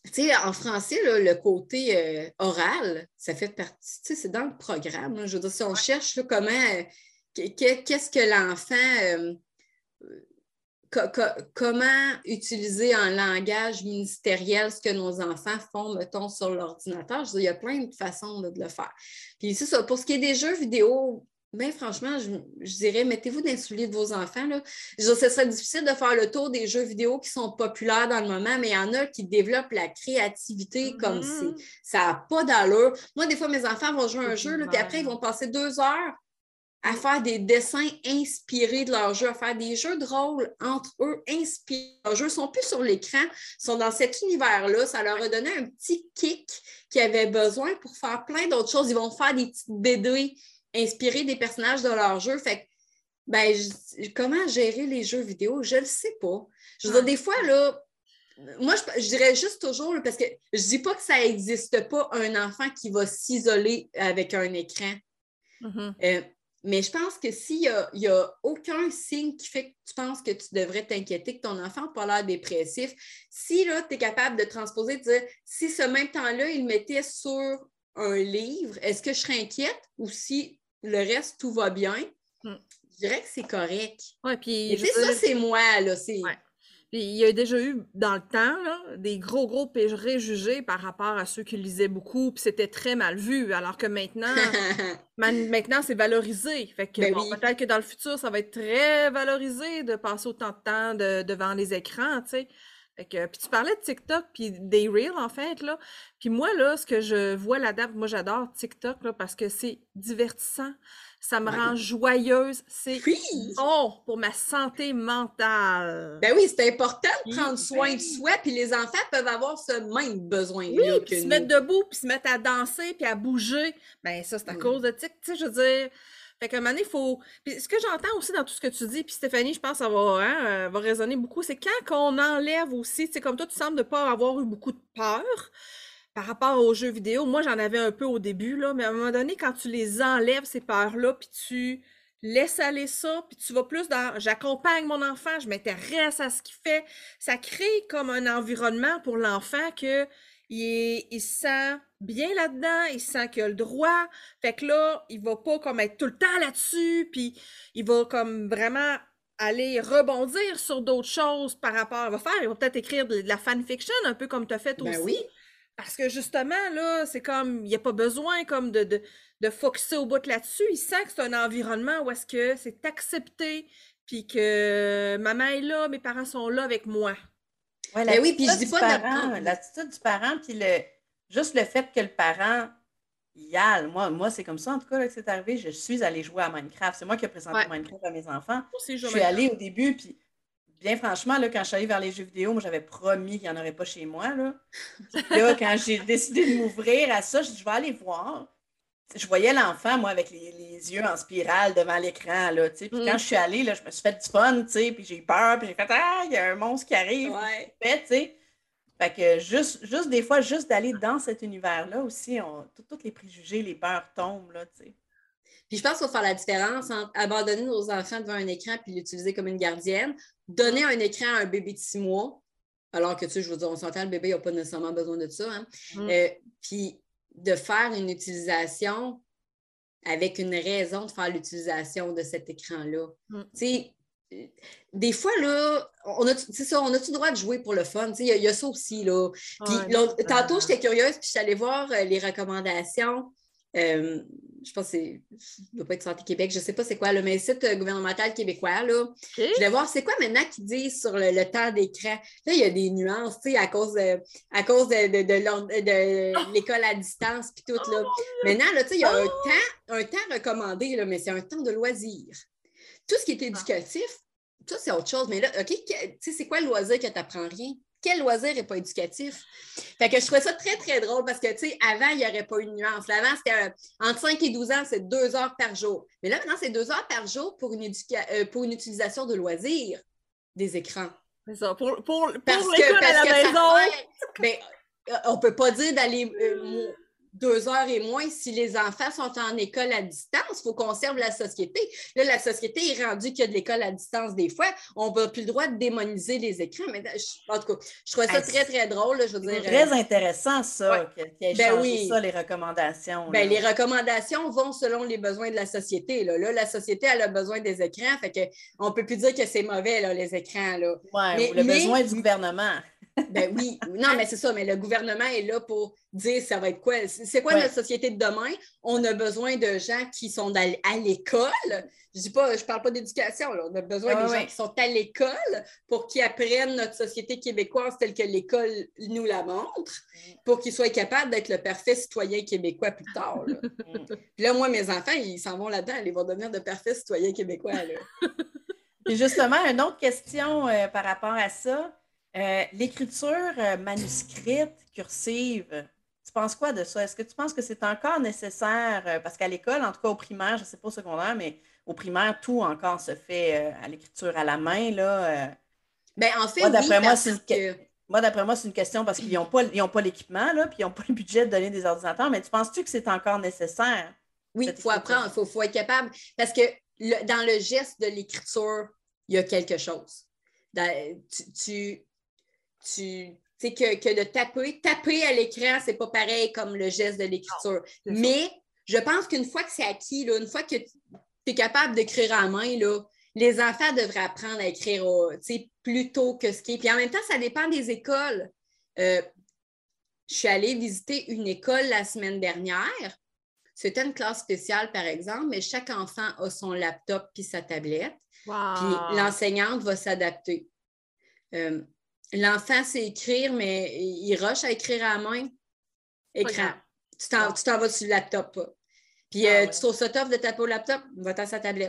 Tu sais, en français, là, le côté euh, oral, ça fait partie, tu sais, c'est dans le programme. Là. Je veux dire, si on cherche là, comment, euh, qu'est-ce que l'enfant, euh, co- co- comment utiliser en langage ministériel ce que nos enfants font, mettons, sur l'ordinateur, je veux dire, il y a plein de façons là, de le faire. Puis c'est ça, pour ce qui est des jeux vidéo, bien franchement, je, je dirais, mettez-vous dans les souliers de vos enfants. Là. Je veux dire, ce serait difficile de faire le tour des jeux vidéo qui sont populaires dans le moment, mais il y en a qui développent la créativité Mm-hmm. comme c'est. Ça n'a pas d'allure. Moi, des fois, mes enfants vont jouer à un jeu, là, puis après, ils vont passer deux heures à faire des dessins inspirés de leur jeu, à faire des jeux de rôle entre eux, inspirés. Leurs jeux ne sont plus sur l'écran, ils sont dans cet univers-là. Ça leur a donné un petit kick qu'ils avaient besoin pour faire plein d'autres choses. Ils vont faire des petites B D inspirées des personnages de leur jeu. Fait que, ben, je, comment gérer les jeux vidéo? Je ne le sais pas. Je veux dire, des fois, là, moi, je, je dirais juste toujours, là, parce que je ne dis pas que ça n'existe pas un enfant qui va s'isoler avec un écran. Mm-hmm. Euh, Mais je pense que s'il n'y a, y a aucun signe qui fait que tu penses que tu devrais t'inquiéter, que ton enfant n'a pas l'air dépressif, si tu es capable de transposer, de dire si ce même temps-là, il mettait sur un livre, est-ce que je serais inquiète ou si le reste, tout va bien? Mm. Je dirais que c'est correct. Ouais, puis. Mais tu sais, ça, c'est moi, là. C'est... Ouais. Puis il y a déjà eu, dans le temps, là, des gros, gros préjugés par rapport à ceux qui lisaient beaucoup, puis c'était très mal vu, alors que maintenant, man, maintenant c'est valorisé. Fait que, ben bon, oui. Peut-être que dans le futur, ça va être très valorisé de passer autant de temps de, devant les écrans, tu sais. Fait que, puis tu parlais de TikTok, puis des Reels, en fait, là. Puis moi, là, ce que je vois là-dedans, moi, j'adore TikTok, là, parce que c'est divertissant. Ça me ouais. rend joyeuse. C'est oui. bon pour ma santé mentale. Ben oui, c'est important de prendre soin de soi, puis les enfants peuvent avoir ce même besoin-là. Oui, puis se nous. mettre debout, puis se mettre à danser, puis à bouger. Ben ça, c'est à mm. cause de TikTok, tu sais, je veux dire... Fait qu'à un moment donné, il faut... Puis ce que j'entends aussi dans tout ce que tu dis, puis Stéphanie, je pense que ça va, hein, va résonner beaucoup, c'est quand on enlève aussi, tu sais, comme toi, tu sembles ne pas avoir eu beaucoup de peur par rapport aux jeux vidéo. Moi, j'en avais un peu au début, là, mais à un moment donné, quand tu les enlèves, ces peurs-là, puis tu laisses aller ça, puis tu vas plus dans... J'accompagne mon enfant, je m'intéresse à ce qu'il fait. Ça crée comme un environnement pour l'enfant que... Il, est, il se sent bien là-dedans, il sent qu'il a le droit. Fait que là, il va pas comme être tout le temps là-dessus, puis il va comme vraiment aller rebondir sur d'autres choses par rapport... Il va faire, il va peut-être écrire de, de la fanfiction, un peu comme tu as fait ben aussi. Oui. Parce que justement, là, c'est comme, il n'y a pas besoin comme de, de, de focusser au bout là-dessus. Il sent que c'est un environnement où est-ce que c'est accepté, puis que maman est là, mes parents sont là avec moi. Ouais, ben oui, puis je dis pas parent, l'attitude du parent, puis le, juste le fait que le parent y aille. Moi, moi c'est comme ça, en tout cas, là, que c'est arrivé. Je suis allée jouer à Minecraft. C'est moi qui ai présenté ouais. Minecraft à mes enfants. Aussi, je suis allée au début, puis bien franchement, là, quand je suis allée vers les jeux vidéo, moi, j'avais promis qu'il n'y en aurait pas chez moi. Là, puis là quand j'ai décidé de m'ouvrir à ça, je dis, je vais aller voir. Je voyais l'enfant, moi, avec les, les yeux en spirale devant l'écran, là, tu sais. Puis mm. quand je suis allée, là, je me suis fait du fun, tu sais, puis j'ai eu peur, puis j'ai fait « Ah, il y a un monstre qui arrive! Ouais. » tu sais. Fait que juste, juste des fois, juste d'aller dans cet univers-là aussi, on, tous les préjugés, les peurs tombent, là, tu sais. Puis je pense qu'il faut faire la différence entre abandonner nos enfants devant un écran puis l'utiliser comme une gardienne, donner un écran à un bébé de six mois, alors que, tu sais, je veux dire, on s'entend, le bébé n'a pas nécessairement besoin de ça, hein. Mm. Euh, puis de faire une utilisation avec une raison de faire l'utilisation de cet écran-là. Mm. Tu sais, des fois, là, on a, ça, on a-tu le droit de jouer pour le fun? Il y, y a ça aussi, là. Puis, ouais, là, tantôt, j'étais curieuse, puis je suis allée voir euh, les recommandations. Euh, je pense que c'est... Ça ne doit pas être Santé Québec, je ne sais pas c'est quoi, là, mais le site gouvernemental québécois, là. Okay. Je vais voir c'est quoi maintenant qu'ils disent sur le, le temps d'écran. Là, il y a des nuances, tu sais, à cause de, à cause de, de, de, de, de l'école à distance, puis tout, là. Maintenant, là, tu sais, il y a un temps, un temps recommandé, là, mais c'est un temps de loisir. Tout ce qui est éducatif, ça, c'est autre chose. Mais là, OK, tu sais, c'est quoi le loisir que tu n'apprends rien? Quel loisir n'est pas éducatif? Fait que je trouvais ça très, très drôle parce que, tu sais, avant, il n'y aurait pas eu de nuance. Avant, c'était euh, entre cinq et douze ans, c'est deux heures par jour. Mais là, maintenant, c'est deux heures par jour pour une, éduca- euh, pour une utilisation de loisirs des écrans. C'est ça. Pour, pour, pour l'école à la maison. Fait, ben, on ne peut pas dire d'aller... Euh, deux heures et moins si les enfants sont en école à distance. Il faut qu'on serve la société. Là, la société est rendue qu'il y a de l'école à distance des fois. On n'a plus le droit de démoniser les écrans. Mais je, en tout cas, je trouvais ça très, très drôle. Là, je veux dire, très intéressant, ça, ouais. qu'il ait ben changé oui. ça, les recommandations. Ben, les recommandations vont selon les besoins de la société. Là, là la société, elle a besoin des écrans. Fait que on ne peut plus dire que c'est mauvais, là, les écrans. Oui, ou le mais, besoin du gouvernement. Ben oui, non, mais c'est ça, mais le gouvernement est là pour dire ça va être quoi. C'est quoi ouais. notre société de demain? On a besoin de gens qui sont à l'école. Je dis pas, je parle pas d'éducation, là. On a besoin ah, des ouais. gens qui sont à l'école pour qu'ils apprennent notre société québécoise telle que l'école nous la montre, pour qu'ils soient capables d'être le parfait citoyen québécois plus tard. Là. Puis là, moi, mes enfants, ils s'en vont là-dedans, ils vont devenir de parfaits citoyens québécois. Là. Et justement, une autre question euh, par rapport à ça. Euh, l'écriture euh, manuscrite, cursive, tu penses quoi de ça? Est-ce que tu penses que c'est encore nécessaire? Euh, parce qu'à l'école, en tout cas au primaire, je ne sais pas au secondaire, mais au primaire, tout encore se fait euh, à l'écriture à la main. Là, euh. Bien, en fait, moi, d'après oui, moi, c'est que... une... moi, d'après moi, c'est une question parce qu'ils n'ont pas, ils ont pas l'équipement, là, puis ils n'ont pas le budget de donner des ordinateurs. Mais tu penses-tu que c'est encore nécessaire? Oui, il faut apprendre, il faut, faut être capable. Parce que le, dans le geste de l'écriture, il y a quelque chose. Dans, tu... tu Tu sais, que, que de taper, taper à l'écran, c'est pas pareil comme le geste de l'écriture. Mais je pense qu'une fois que c'est acquis, là, une fois que tu es capable d'écrire à main, là, les enfants devraient apprendre à écrire plus tôt que ce qui est. Puis en même temps, ça dépend des écoles. Euh, je suis allée visiter une école la semaine dernière. C'était une classe spéciale, par exemple, mais chaque enfant a son laptop puis sa tablette. Wow. Puis l'enseignante va s'adapter. Euh, L'enfant sait écrire, mais il rush à écrire à la main. Écran. Tu t'en, tu t'en vas sur le laptop. Puis ah, euh, ouais. tu trouves ça tough de taper au laptop, va-t'en à sa tablette.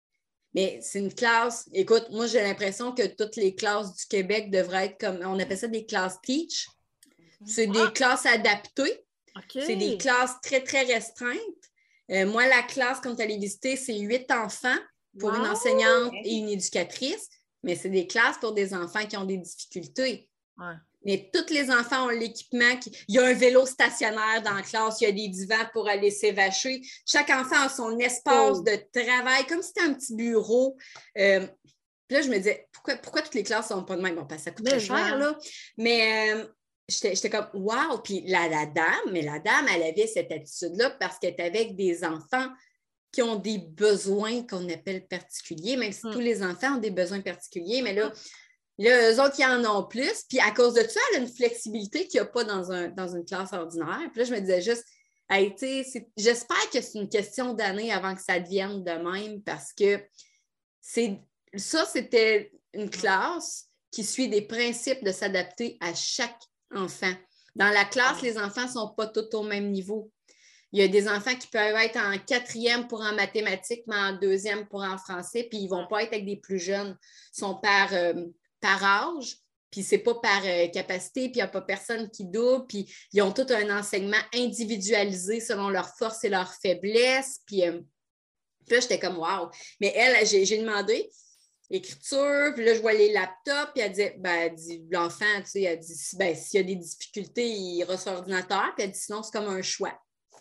Mais c'est une classe. Écoute, moi, j'ai l'impression que toutes les classes du Québec devraient être comme. On appelle ça des classes teach. C'est ah. des classes adaptées. Okay. C'est des classes très, très restreintes. Euh, moi, la classe, comme tu allais visiter, c'est huit enfants pour wow. une enseignante et une éducatrice. Mais c'est des classes pour des enfants qui ont des difficultés. Ouais. Mais tous les enfants ont l'équipement. Qui... Il y a un vélo stationnaire dans la classe, il y a des divans pour aller s'évacher. Chaque enfant a son espace oh. de travail, comme si c'était un petit bureau. Euh... Puis là, je me disais, pourquoi, pourquoi toutes les classes ne sont pas de même? Bon, parce que ça coûte très cher, là. Mais euh, j'étais, j'étais comme, wow! Puis la, la dame, mais la dame, elle avait cette attitude-là parce qu'elle était avec des enfants qui ont des besoins qu'on appelle particuliers, même si mm. tous les enfants ont des besoins particuliers, mais là, mm. là, eux autres, ils en ont plus. Puis à cause de ça, elle a une flexibilité qu'il n'y a pas dans, un, dans une classe ordinaire. Puis là, je me disais juste, hey, c'est, j'espère que c'est une question d'années avant que ça devienne de même, parce que c'est, ça, c'était une classe qui suit des principes de s'adapter à chaque enfant. Dans la classe, mm. les enfants ne sont pas tous au même niveau. Il y a des enfants qui peuvent être en quatrième pour en mathématiques, mais en deuxième pour en français, puis ils ne vont pas être avec des plus jeunes. Ils sont par, euh, par âge, puis ce n'est pas par euh, capacité, puis il n'y a pas personne qui double, puis ils ont tout un enseignement individualisé selon leurs forces et leurs faiblesses. Puis, euh, puis là, j'étais comme « wow ». Mais elle, j'ai, j'ai demandé écriture, puis là, je vois les laptops, puis elle dit, ben, elle dit l'enfant, tu sais, elle dit, ben, s'il y a des difficultés, il ira sur l'ordinateur, puis elle dit, sinon, c'est comme un choix.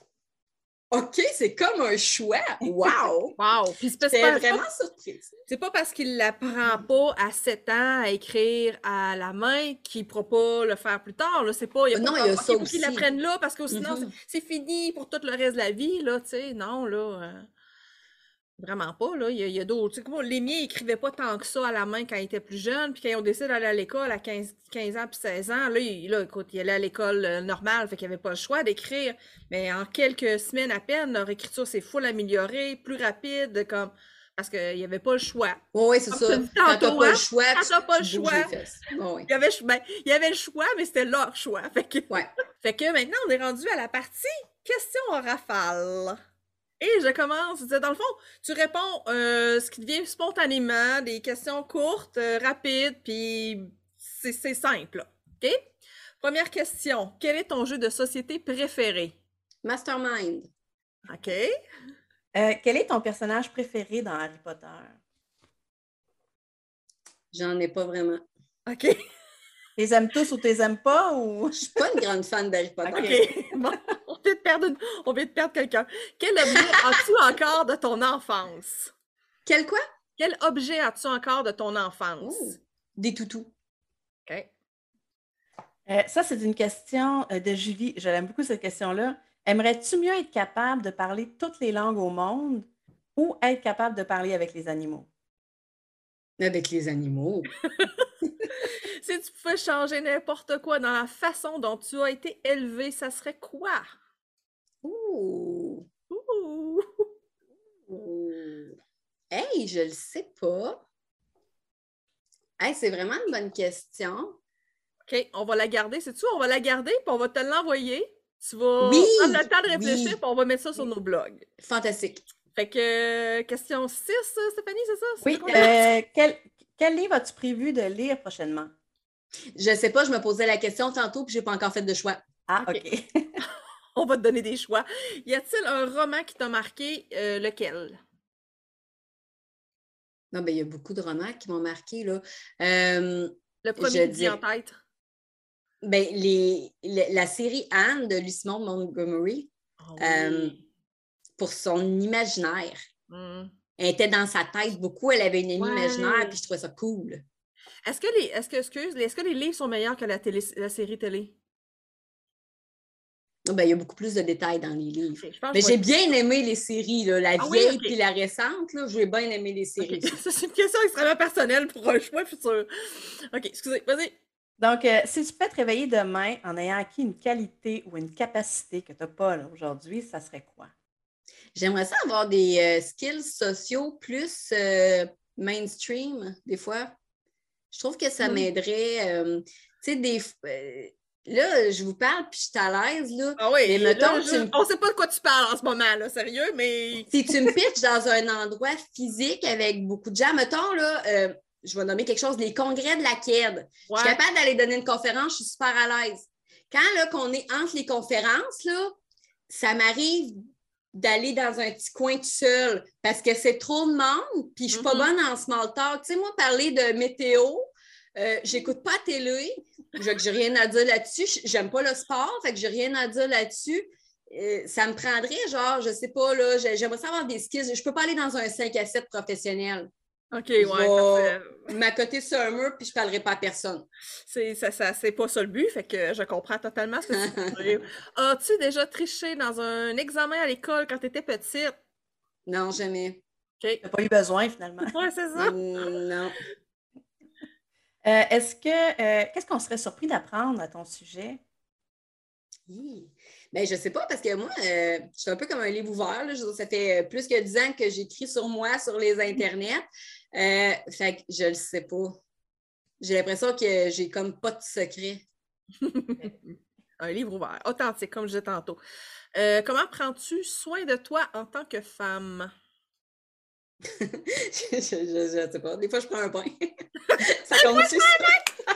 OK, c'est comme un choix. Wow! Wow! Puis c'est J'étais vraiment surprise. C'est pas parce qu'il l'apprend pas à sept ans à écrire à la main qu'il ne pourra pas le faire plus tard. Là. C'est pas, il y a non, pas il y a comme, ça okay, aussi. Qu'il l'apprenne là parce que sinon, mm-hmm. c'est, c'est fini pour tout le reste de la vie. Là, tu sais. Non, là. Euh... Vraiment pas, là. Il y a, il y a d'autres. Tu sais, moi, les miens, ils écrivaient pas tant que ça à la main quand ils étaient plus jeunes. Puis quand ils ont décidé d'aller à l'école à quinze, quinze ans puis seize ans, là, il, là, écoute, ils allaient à l'école euh, normale, fait qu'ils n'avaient pas le choix d'écrire. Mais en quelques semaines à peine, leur écriture s'est full améliorée, plus rapide, comme... parce qu'il n'y avait pas le choix. Oui, oui, c'est comme ça. Tantôt, quand t'as pas hein? le choix, quand t'as pas le tu choix. Oh, oui. il, y avait, ben, il y avait le choix, mais c'était leur choix. Fait que, ouais. fait que maintenant, on est rendu à la partie question en rafale. Et je commence, dans le fond, tu réponds euh, ce qui te vient spontanément, des questions courtes, euh, rapides, puis c'est, c'est simple, là. OK? Première question. Quel est ton jeu de société préféré? Mastermind. OK. Euh, quel est ton personnage préféré dans Harry Potter? J'en ai pas vraiment. OK. Les aimes tous ou tu les aimes pas? Ou... Je suis pas une grande fan d'Harry Potter. OK. Bon, vient de perdre, une... On vient de perdre quelqu'un. Quel objet as-tu encore de ton enfance? Quel quoi? Quel objet as-tu encore de ton enfance? Oh, des toutous. OK. Euh, ça, c'est une question euh, de Julie. Je l'aime beaucoup, cette question-là. Aimerais-tu mieux être capable de parler toutes les langues au monde ou être capable de parler avec les animaux? Avec les animaux. Si tu pouvais changer n'importe quoi dans la façon dont tu as été élevé, ça serait quoi? Ouh! Ouh! Ouh. Hey, je le sais pas. Hey, c'est vraiment une bonne question. OK, on va la garder. C'est-tu? On va la garder, puis on va te l'envoyer. Tu vas Oui! prendre le temps de réfléchir, Oui. puis on va mettre ça sur nos blogs. Fantastique. Fait que, euh, question six, Stéphanie, c'est ça? C'est Oui. ça qu'on a? Euh, quel, quel livre as-tu prévu de lire prochainement? Je sais pas, je me posais la question tantôt puis j'ai pas encore fait de choix. Ah, OK. OK. On va te donner des choix. Y a-t-il un roman qui t'a marqué? Euh, lequel? Non, ben il y a beaucoup de romans qui m'ont marqué, là. Euh, Le premier je qui te vient en dirais- tête? ben, les, les- la série Anne de Lucy-Maud Montgomery, Oh, euh, oui. pour son imaginaire. Hmm. Elle était dans sa tête beaucoup, elle avait une amie Ouais. imaginaire, puis je trouvais ça cool. Est-ce que les, est-ce que, excuse, est-ce que les livres sont meilleurs que la, télé, la série télé? Non, ben, il y a beaucoup plus de détails dans les livres. Ok, je pense Mais que j'ai je vais- bien aimé les séries, là, la Ah oui, vieille ok. puis la récente, là, j'ai bien aimé les séries. Ok, ça, c'est une question extrêmement personnelle pour un choix futur. Ok, excusez, vas-y. Donc, euh, si tu peux te réveiller demain en ayant acquis une qualité ou une capacité que tu n'as pas là, aujourd'hui, ça serait quoi? J'aimerais ça avoir des euh, skills sociaux plus euh, mainstream, des fois. Je trouve que ça Mm. m'aiderait. euh, tu sais, des. euh, là, je vous parle, puis je suis à l'aise, là. Ah oui, Mais là, mettons, je- tu me- on sait pas de quoi tu parles en ce moment, là, sérieux, mais... si tu me pitches dans un endroit physique avec beaucoup de gens, mettons, là, euh, je vais nommer quelque chose, les congrès de la Q E D. Je Ouais. suis capable d'aller donner une conférence, je suis super à l'aise. Quand là, qu'on est entre les conférences, là, ça m'arrive d'aller dans un petit coin tout seul parce que c'est trop de monde, puis je suis pas Mhm. bonne en small talk. Tu sais, moi, parler de météo, euh, j'écoute pas la télé, je j'ai rien à dire là-dessus. J'aime pas le sport, fait que j'ai rien à dire là-dessus. Euh, ça me prendrait, genre, je sais pas, là, j'ai- j'aimerais savoir des skills. Je peux pas aller dans un cinq à sept professionnel. Ok, Je ouais, parce vais m'accoter sur un mur, puis je parlerai pas à personne. c'est ça, ça, c'est pas ça le but, fait que je comprends totalement ce que tu veux dire. As-tu déjà triché dans un examen à l'école quand tu étais petite? Non, jamais. OK. Tu n'as pas eu besoin, finalement. Ouais, c'est ça. Mm, non. Euh, est-ce que, euh, qu'est-ce qu'on serait surpris d'apprendre à ton sujet? Hi. Ben, je sais pas, parce que moi, euh, je suis un peu comme un livre ouvert. Là. Je veux dire, ça fait plus que dix ans que j'écris sur moi, sur les internets. Euh, fait que je le sais pas. J'ai l'impression que j'ai comme pas de secret. Un livre ouvert, authentique, comme je disais tantôt. Euh, comment prends-tu soin de toi en tant que femme? je, je, je, je sais pas. Des fois, je prends un bain. Ça compte-tu ça?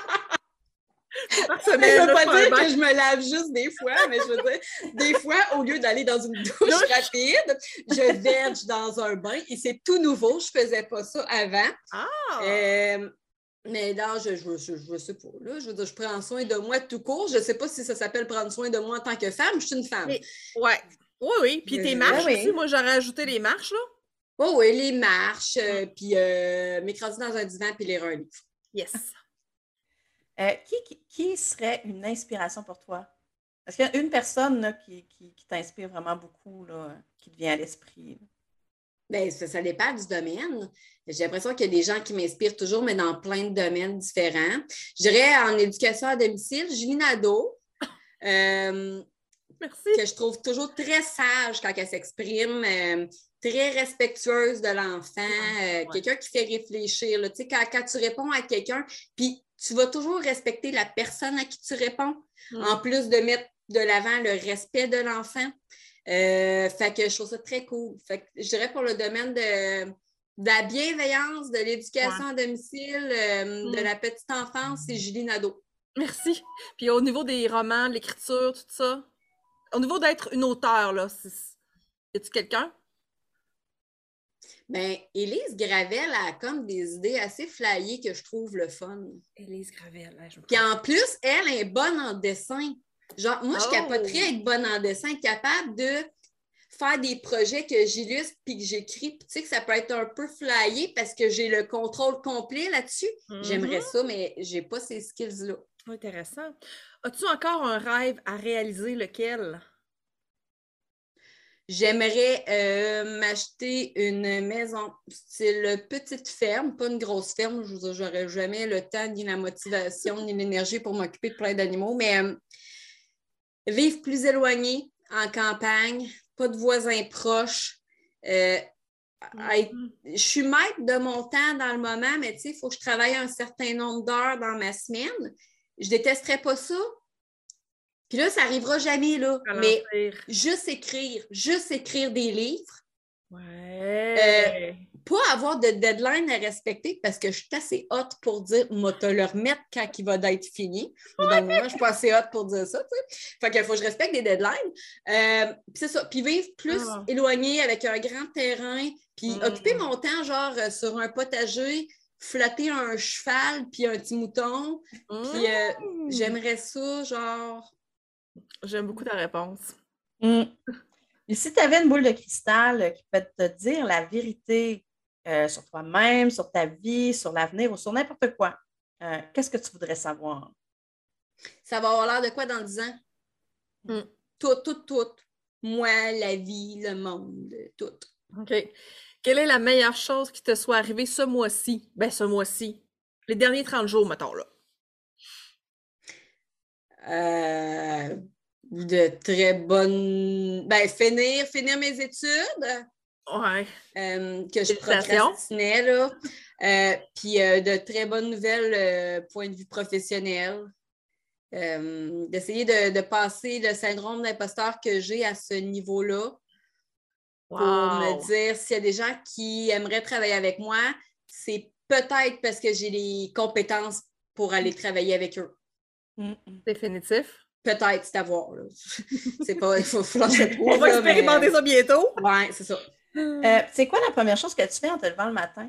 Par Ça semaine, veut là, pas je prends un dire bain. que je me lave juste des fois, mais je veux dire, des fois, au lieu d'aller dans une douche Douche. rapide, je verge dans un bain et c'est tout nouveau. Je faisais pas ça avant. Ah! Euh, mais non, je je, je, je sais pas. Là, je veux dire, je prends soin de moi tout court. Je sais pas si ça s'appelle prendre soin de moi en tant que femme. Je suis une femme. Mais- ouais. Oui, oui. Puis tes Euh, marches oui. aussi, moi j'aurais ajouté les marches, là. Oh oui, les marches, euh, puis euh, m'écraser dans un divan puis lire un livre. Yes. Euh, qui, qui, qui serait une inspiration pour toi? Est-ce qu'il y a une personne là, qui, qui, qui t'inspire vraiment beaucoup, là, qui te vient à l'esprit? Bien, ça, ça dépend du domaine. J'ai l'impression qu'il y a des gens qui m'inspirent toujours, mais dans plein de domaines différents. Je dirais en éducation à domicile, Julie Nadeau, euh, Merci. que je trouve toujours très sage quand elle s'exprime, euh, très respectueuse de l'enfant, euh, Ouais. quelqu'un qui fait réfléchir. Là. Tu sais, quand, quand tu réponds à quelqu'un, puis tu vas toujours respecter la personne à qui tu réponds, Mm. en plus de mettre de l'avant le respect de l'enfant. Euh, fait que je trouve ça très cool. Fait que je dirais pour le domaine de, de la bienveillance, de l'éducation à domicile, euh, de Mm. la petite enfance, c'est Julie Nadeau. Merci. Puis au niveau des romans, de l'écriture, tout ça, au niveau d'être une auteure, là, c'est... y a-tu quelqu'un? Ben, Élise Gravel a comme des idées assez flyées que je trouve le fun. Élise Gravel, là, je me Puis en plus, elle est bonne en dessin. Genre, moi, je capoterais Oh! être bonne en dessin, être capable de faire des projets que j'illustre puis que j'écris. Puis tu sais que ça peut être un peu flyé parce que j'ai le contrôle complet là-dessus. J'aimerais Mhm. ça, mais j'ai pas ces skills-là. Intéressant. As-tu encore un rêve à réaliser, lequel? J'aimerais euh, m'acheter une maison style petite ferme, pas une grosse ferme. Je veux dire, j'aurais jamais le temps, ni la motivation, ni l'énergie pour m'occuper de plein d'animaux, mais euh, vivre plus éloigné en campagne, pas de voisins proches. euh, être- Mhm. je suis maître de mon temps dans le moment, mais tu sais, il faut que je travaille un certain nombre d'heures dans ma semaine. Je détesterais pas ça. Puis là, ça n'arrivera jamais, là. Mais Ralentir. juste écrire, juste écrire des livres, euh, Ouais. pas avoir de deadline à respecter parce que je suis assez hot pour dire, moi, te le remettre quand il va d'être fini. Mais dans le moment, je suis pas assez hot pour dire ça, tu sais. Fait qu'il faut que je respecte les deadlines. Euh, puis c'est ça. Puis vivre plus Ah. éloigné avec un grand terrain, puis occuper Mm. mon temps, genre, euh, sur un potager, flatter un cheval, puis un petit mouton. Puis euh, Mm. j'aimerais ça, genre. J'aime beaucoup ta réponse. Mm. Et si tu avais une boule de cristal euh, qui peut te dire la vérité euh, sur toi-même, sur ta vie, sur l'avenir ou sur n'importe quoi, euh, qu'est-ce que tu voudrais savoir? Ça va avoir l'air de quoi dans dix ans? Mm. Tout, tout, tout. Moi, la vie, le monde, tout. OK. Quelle est la meilleure chose qui te soit arrivée ce mois-ci? Ben, ce mois-ci. Les derniers trente jours, mettons, là. Euh, de très bonnes. Ben, finir, finir mes études Ouais. euh, que je Félicitations. procrastinais, là. Euh, puis euh, de très bonnes nouvelles, euh, point de vue professionnel. Euh, d'essayer de, de passer le syndrome d'imposteur que j'ai à ce niveau-là pour me Wow. dire s'il y a des gens qui aimeraient travailler avec moi, c'est peut-être parce que j'ai les compétences pour aller travailler avec eux. Mm, mm. Définitif. Peut-être, c'est à voir. Là. C'est pas, il faut falloir que je le trouve. On va là, expérimenter mais... ça bientôt. Ouais, c'est ça. Euh, c'est quoi la première chose que tu fais en te levant le matin?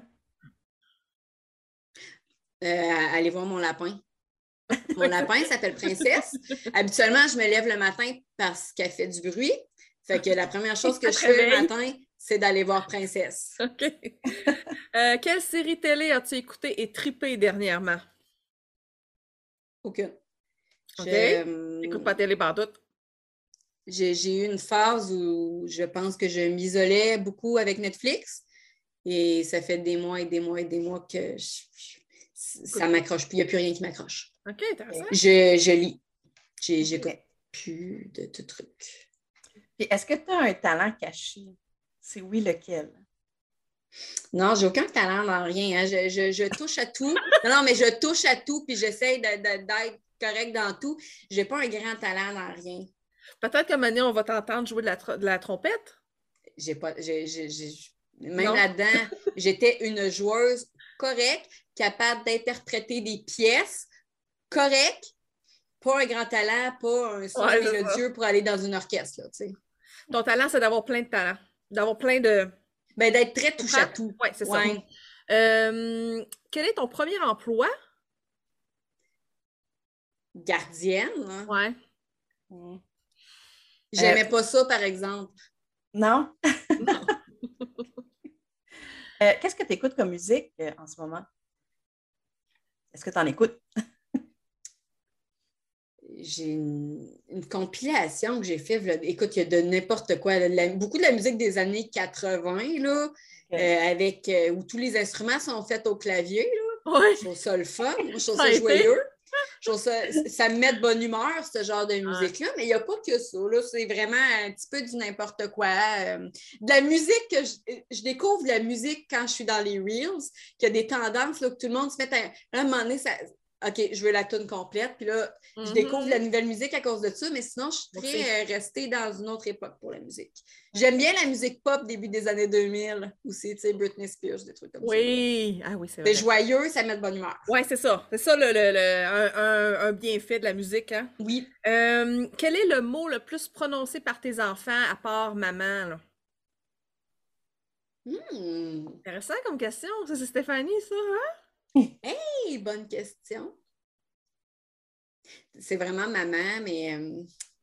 Euh, aller voir mon lapin. Mon lapin s'appelle Princesse. Habituellement, je me lève le matin parce qu'elle fait du bruit. Fait que la première chose que Ça je te fais le réveille. matin, c'est d'aller voir Princesse. OK. Euh, quelle série télé as-tu écouté et trippé dernièrement? Aucune. OK. Je, T'écoutes pas la télé partout. j'ai, j'ai eu une phase où je pense que je m'isolais beaucoup avec Netflix. Et ça fait des mois et des mois et des mois que je, ça m'accroche plus. Il n'y a plus rien qui m'accroche. OK, intéressant. Je, je lis. J'ai, j'écoute plus de, de trucs. Puis est-ce que tu as un talent caché? C'est oui, lequel? Non, j'ai aucun talent dans rien. Hein. Je, je, je touche à tout. Non, non, mais je touche à tout, puis j'essaie de, de, d'être correct dans tout. Je n'ai pas un grand talent dans rien. Peut-être qu'à un moment donné, on va t'entendre jouer de la, tro- de la trompette? J'ai pas, j'ai, j'ai, j'ai- même Non? là-dedans, j'étais une joueuse correcte, capable d'interpréter des pièces correctes, pas un grand talent, pas un son Ouais, c'est ça. mélodieux pour aller dans une orchestre. Là, tu sais. Ton talent, c'est d'avoir plein de talents. D'avoir plein de... Ben, d'être très Tu touche à comprends? tout. Ouais, c'est ça. Ouais. Euh, quel est ton premier emploi? Gardienne. Hein. Ouais. Mm. J'aimais Euh, pas ça, par exemple. non? Non. Euh, qu'est-ce que tu écoutes comme musique euh, en ce moment? Est-ce que tu en écoutes? J'ai une, une compilation que j'ai faite. Là. Écoute, il y a de n'importe quoi. Là. La- beaucoup de la musique des années quatre-vingts, là, Ok. euh, avec, euh, où tous les instruments sont faits au clavier. Là. Ouais. Je trouve ça le fun. Moi, je trouve Ça a ça été. joyeux. Je trouve ça, ça me met de bonne humeur, ce genre de Ouais. musique-là, mais il n'y a pas que ça. Là. C'est vraiment un petit peu du n'importe quoi. Euh, de la musique que je, je découvre de la musique quand je suis dans les Reels, qu'il y a des tendances là, que tout le monde se met à, à un moment donné, ça, OK, je veux la tune complète. Puis là, je découvre la Mhm. nouvelle musique à cause de ça, mais sinon, je suis Moi très aussi. euh, restée dans une autre époque pour la musique. J'aime bien la musique pop début des années deux mille aussi, tu sais, Britney Spears, des trucs comme ça. Oui. Ah oui, c'est C'est vrai. joyeux, ça met de bonne humeur. Ouais, c'est ça. C'est ça le, le- le- un, un- un bienfait de la musique, hein? Oui. Euh, quel est le mot le plus prononcé par tes enfants à part maman, là? Hmm. Intéressant comme question. Ça, c'est Stéphanie, ça, hein? Hey, bonne question. C'est vraiment maman, mais euh,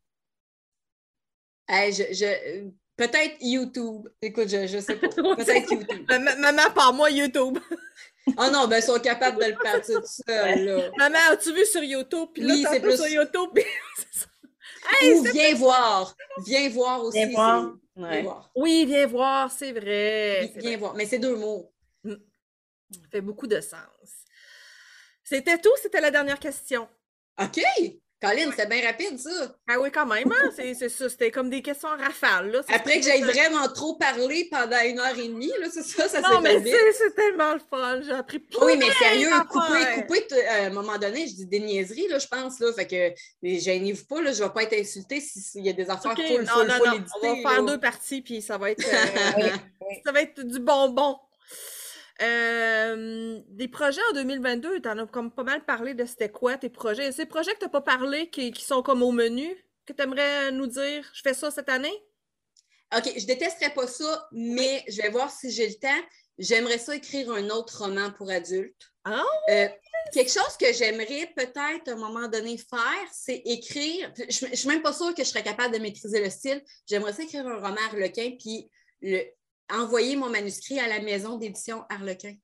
hey, je, je, peut-être YouTube. Écoute, je, je sais pas. Peut-être YouTube. Maman, par moi, YouTube. Oh non, ben ils sont capables de le partir tout seul, là. Maman, as-tu vu sur YouTube? Puis là, Oui, c'est t'as plus... sur YouTube. Puis c'est ça. Hey, Ou viens voir. Viens voir aussi. Viens voir. Viens Ouais. voir. Oui, viens voir, c'est vrai. Vi- Viens voir. Mais c'est deux mots. Mm. Ça fait beaucoup de sens. C'était tout? C'était la dernière question. OK! Colin, c'était bien rapide, ça. Ah oui, quand même, hein? C'est c'est ça. C'était comme des questions en rafale, là. C'est Après que ça. j'aille vraiment trop parlé pendant une heure et demie, là, c'est ça, ça Non, s'est mais fait vite. c'est c'est tellement le fun. J'ai appris plein Oui, mais sérieux, couper, d'affaires. couper, t- à un moment donné, je dis des niaiseries, là, je pense, là, fait que gênez-vous pas, là, je vais pas être insultée s'il y a des affaires OK, full, non, full, non, full non. éditées, On va faire là. deux parties, puis ça va être, euh, Oui, oui. ça va être du bonbon. Euh, des projets en deux mille vingt-deux, t'en as comme pas mal parlé de c'était quoi tes projets. Ces projets que t'as pas parlé, qui, qui sont comme au menu, que t'aimerais nous dire, je fais ça cette année? OK, je détesterais pas ça, mais je vais voir si j'ai le temps. J'aimerais ça écrire un autre roman pour adultes. Ah! Euh, quelque chose que j'aimerais peut-être à un moment donné faire, c'est écrire. Je ne suis même pas sûre que je serais capable de maîtriser le style. J'aimerais ça écrire un roman Harlequin puis le, envoyer mon manuscrit à la maison d'édition Harlequin.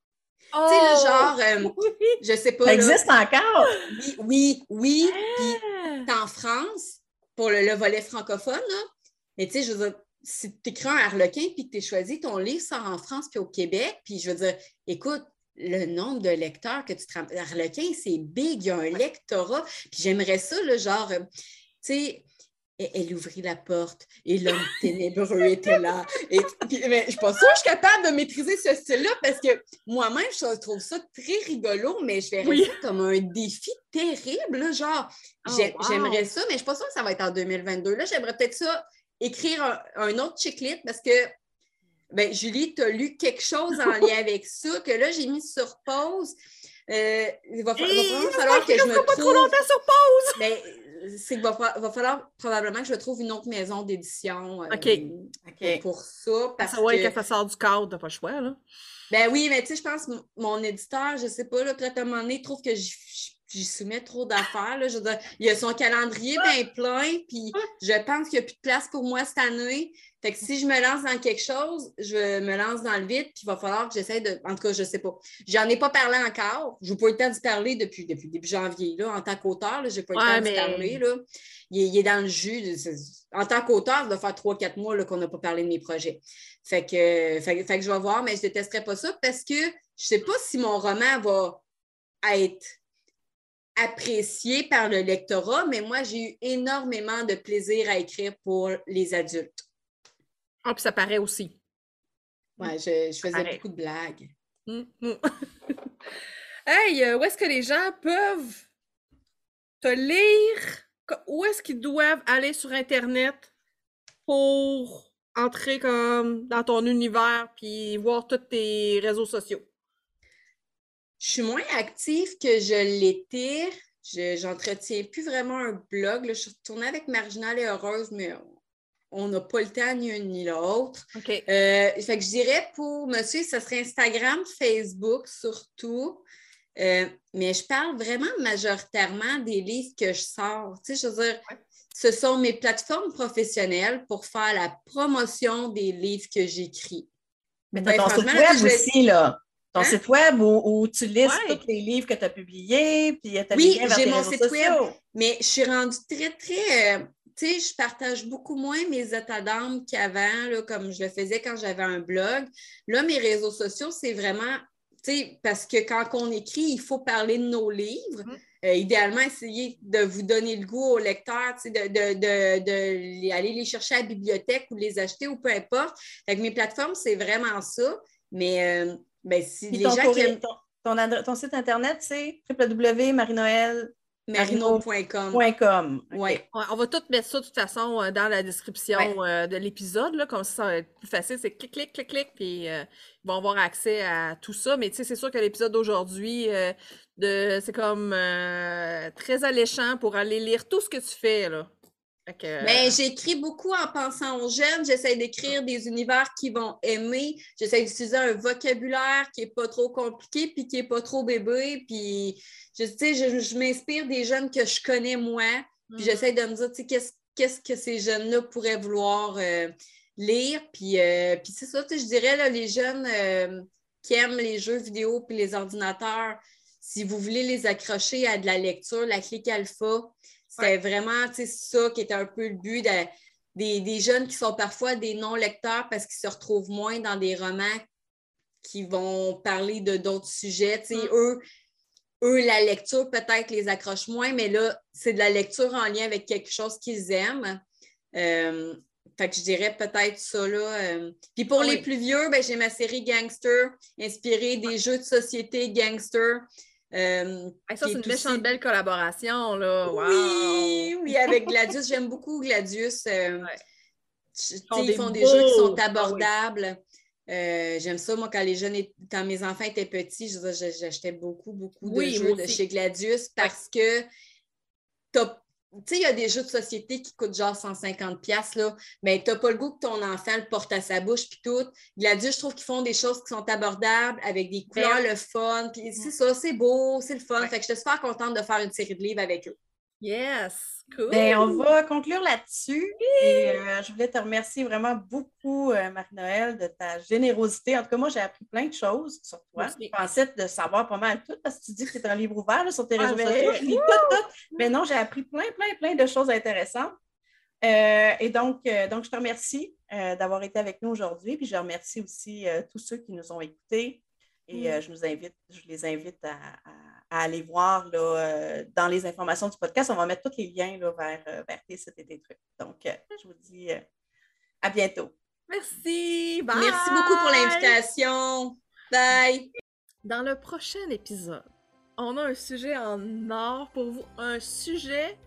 Oh! Tu sais, le genre, euh, Oui! je sais pas. Ça là, existe encore? oui, oui, oui. Puis Ah! c'est en France pour le, le volet francophone. Là. Mais tu sais, je veux dire, si tu écris un Harlequin puis que tu es choisi, ton livre sort en France puis au Québec, puis je veux dire, écoute, le nombre de lecteurs que tu te rends. Harlequin, c'est big, il y a un lectorat. Puis j'aimerais ça, le genre, euh, tu sais, elle, elle ouvrit la porte et l'homme ténébreux était là. Et, puis, mais je suis pas sûre que je suis capable de maîtriser ce style-là parce que moi-même, je trouve ça très rigolo, mais je verrais Oui. ça comme un défi terrible. Là, genre, Oh, j'ai- wow. j'aimerais ça, mais je ne suis pas sûre que ça va être en deux mille vingt-deux. Là, j'aimerais peut-être ça, écrire un, un autre chick-lit parce que ben, Julie, tu as lu quelque chose en lien avec ça que là, j'ai mis sur pause. Euh, il va, fa- va vraiment falloir que je me pas trouve... trop longtemps sur pause! Mais c'est qu'il va, fa- va falloir probablement que je trouve une autre maison d'édition euh, OK. OK. pour ça. Parce Ça va être que... quand ça sort du cadre, t'as pas le choix, là. Ben oui, mais tu sais, je pense que m- mon éditeur, je sais pas, là, peut-être à un moment donné, il trouve que j'y j'y soumets trop d'affaires. Là. Je veux dire, il a son calendrier bien plein, puis je pense qu'il n'y a plus de place pour moi cette année. Fait que si je me lance dans quelque chose, je me lance dans le vide, puis il va falloir que j'essaie de. En tout cas, je sais pas. J'en ai pas parlé encore. Je n'ai pas eu le temps d'y parler depuis, depuis début janvier. Là, en tant qu'auteur, je n'ai pas eu le Ouais, temps d'y mais- parler. Là. Il, est, il est dans le jus. C'est- En tant qu'auteur, ça doit faire trois quatre mois là, qu'on n'a pas parlé de mes projets. Fait que, fait, fait que je vais voir, mais je ne détesterai pas ça parce que je ne sais pas si mon roman va être apprécié par le lectorat, mais moi, j'ai eu énormément de plaisir à écrire pour les adultes. Ah, puis ça paraît aussi. Ouais, je, je faisais Pareil. beaucoup de blagues. Mm, mm. Hey, euh, où est-ce que les gens peuvent te lire? Co- Où est-ce qu'ils doivent aller sur Internet pour entrer comme dans ton univers puis voir tous tes réseaux sociaux? Je suis moins active que je l'étais. Je j'entretiens plus vraiment un blog. Là. Je suis retournée avec Marginale et Heureuse, mais on n'a pas le temps ni un ni l'autre. OK. Euh, fait que je dirais pour monsieur, ce serait Instagram, Facebook surtout. Euh, mais je parle vraiment majoritairement des livres que je sors. Tu sais, je veux dire, Ouais. ce sont mes plateformes professionnelles pour faire la promotion des livres que j'écris. Mais tu as Ben, ton site franchement, là, web je vais- aussi, là. Ton Hein? site web où, où tu listes Ouais. tous les livres que tu as publiés, puis tu as Oui, des liens vers j'ai tes mon réseaux site sociaux. web. Mais je suis rendue très, très... euh, tu sais, je partage beaucoup moins mes états d'âme qu'avant, là, comme je le faisais quand j'avais un blog. Là, mes réseaux sociaux, c'est vraiment... Tu sais, parce que quand on écrit, il faut parler de nos livres. Mm. Euh, idéalement, essayer de vous donner le goût aux lecteurs, tu sais, de, de, de, de les- aller les chercher à la bibliothèque ou les acheter ou peu importe. Fait que mes plateformes, c'est vraiment ça. Mais euh, ben, si Puis les ton, gens qui courrier- aiment ton, ton, adre- ton site internet, c'est w w w point marie noël marino point com. point com. OK. Ouais. Ouais, on va tout mettre ça de toute façon euh, dans la description euh, de l'épisode, là, comme ça, ça va être plus facile. C'est clic, clic, clic, clic, puis euh, ils vont avoir accès à tout ça. Mais tu sais, c'est sûr que l'épisode d'aujourd'hui, euh, de, c'est comme euh, très alléchant pour aller lire tout ce que tu fais, là. Que... Ben, j'écris beaucoup en pensant aux jeunes. J'essaie d'écrire des univers qu'ils vont aimer. J'essaie d'utiliser un vocabulaire qui n'est pas trop compliqué puis qui n'est pas trop bébé. Puis, je, je, je m'inspire des jeunes que je connais, moi. Puis, mm-hmm. j'essaie de me dire, tu sais, qu'est-ce, qu'est-ce que ces jeunes-là pourraient vouloir euh, lire. Puis, euh, puis c'est ça, tu sais, je dirais, là, les jeunes euh, qui aiment les jeux vidéo puis les ordinateurs, si vous voulez les accrocher à de la lecture, la clique alpha, c'était vraiment ça qui était un peu le but de, des, des jeunes qui sont parfois des non-lecteurs parce qu'ils se retrouvent moins dans des romans qui vont parler de d'autres sujets. Mm. Eux, eux, la lecture peut-être les accroche moins, mais là, c'est de la lecture en lien avec quelque chose qu'ils aiment. Euh, fait que je dirais peut-être ça. Là. Euh. Puis pour oui. les plus vieux, ben, j'ai ma série Gangster, inspirée des jeux de société Gangster. Euh, hey, ça, c'est une aussi... méchante belle collaboration, là. Wow. Oui, oui, avec Gladius. J'aime beaucoup Gladius. Euh, ouais. Ils font, ils font des, des jeux qui sont abordables. Ah, oui. euh, j'aime ça, moi, quand les jeunes, quand mes enfants étaient petits, je, j'achetais beaucoup, beaucoup de oui, jeux de chez Gladius parce que t'as tu sais, il y a des jeux de société qui coûtent genre cent cinquante dollars, là, mais tu n'as pas le goût que ton enfant le porte à sa bouche puis tout. Gladius, je trouve qu'ils font des choses qui sont abordables, avec des couleurs, le fun. Puis c'est ça, c'est beau, c'est le fun. Ouais. Fait que je suis super contente de faire une série de livres avec eux. Yes! Cool! Bien, on va conclure là-dessus. Et euh, je voulais te remercier vraiment beaucoup, euh, Marie-Noël, de ta générosité. En tout cas, moi, j'ai appris plein de choses sur toi. Je pensais de savoir pas mal tout parce que tu dis que c'est un livre ouvert là, sur tes réseaux ah, sociaux. Je lis tout, tout. Mais non, j'ai appris plein, plein, plein de choses intéressantes. Euh, et donc, euh, donc, je te remercie euh, d'avoir été avec nous aujourd'hui. Puis je remercie aussi euh, tous ceux qui nous ont écoutés. Et euh, je, nous invite, je les invite à, à, à aller voir là, euh, dans les informations du podcast. On va mettre tous les liens là, vers, euh, vers tes sites et tes trucs. Donc, euh, je vous dis euh, à bientôt. Merci. Bye. Merci beaucoup pour l'invitation. Bye. Dans le prochain épisode, on a un sujet en or pour vous. Un sujet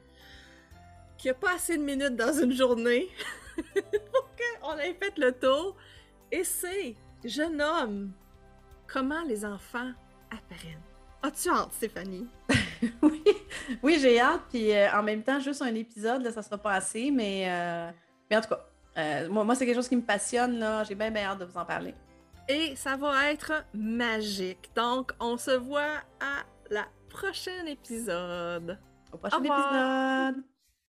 qui n'a pas assez de minutes dans une journée pour qu'on ait fait le tour. Et c'est jeune homme. Comment les enfants apprennent? As-tu hâte, Stéphanie? oui, oui, j'ai hâte. Puis euh, en même temps, juste un épisode, là, ça sera pas assez. Mais, euh, mais en tout cas, euh, moi, moi, c'est quelque chose qui me passionne. Là. J'ai bien, bien hâte de vous en parler. Et ça va être magique. Donc, on se voit à la prochaine épisode. Au prochain épisode.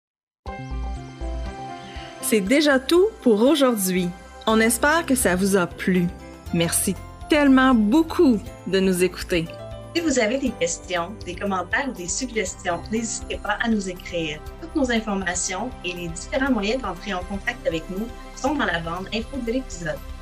C'est déjà tout pour aujourd'hui. On espère que ça vous a plu. Merci tellement beaucoup de nous écouter. Si vous avez des questions, des commentaires ou des suggestions, n'hésitez pas à nous écrire. Toutes nos informations et les différents moyens d'entrer en contact avec nous sont dans la bande info de l'épisode.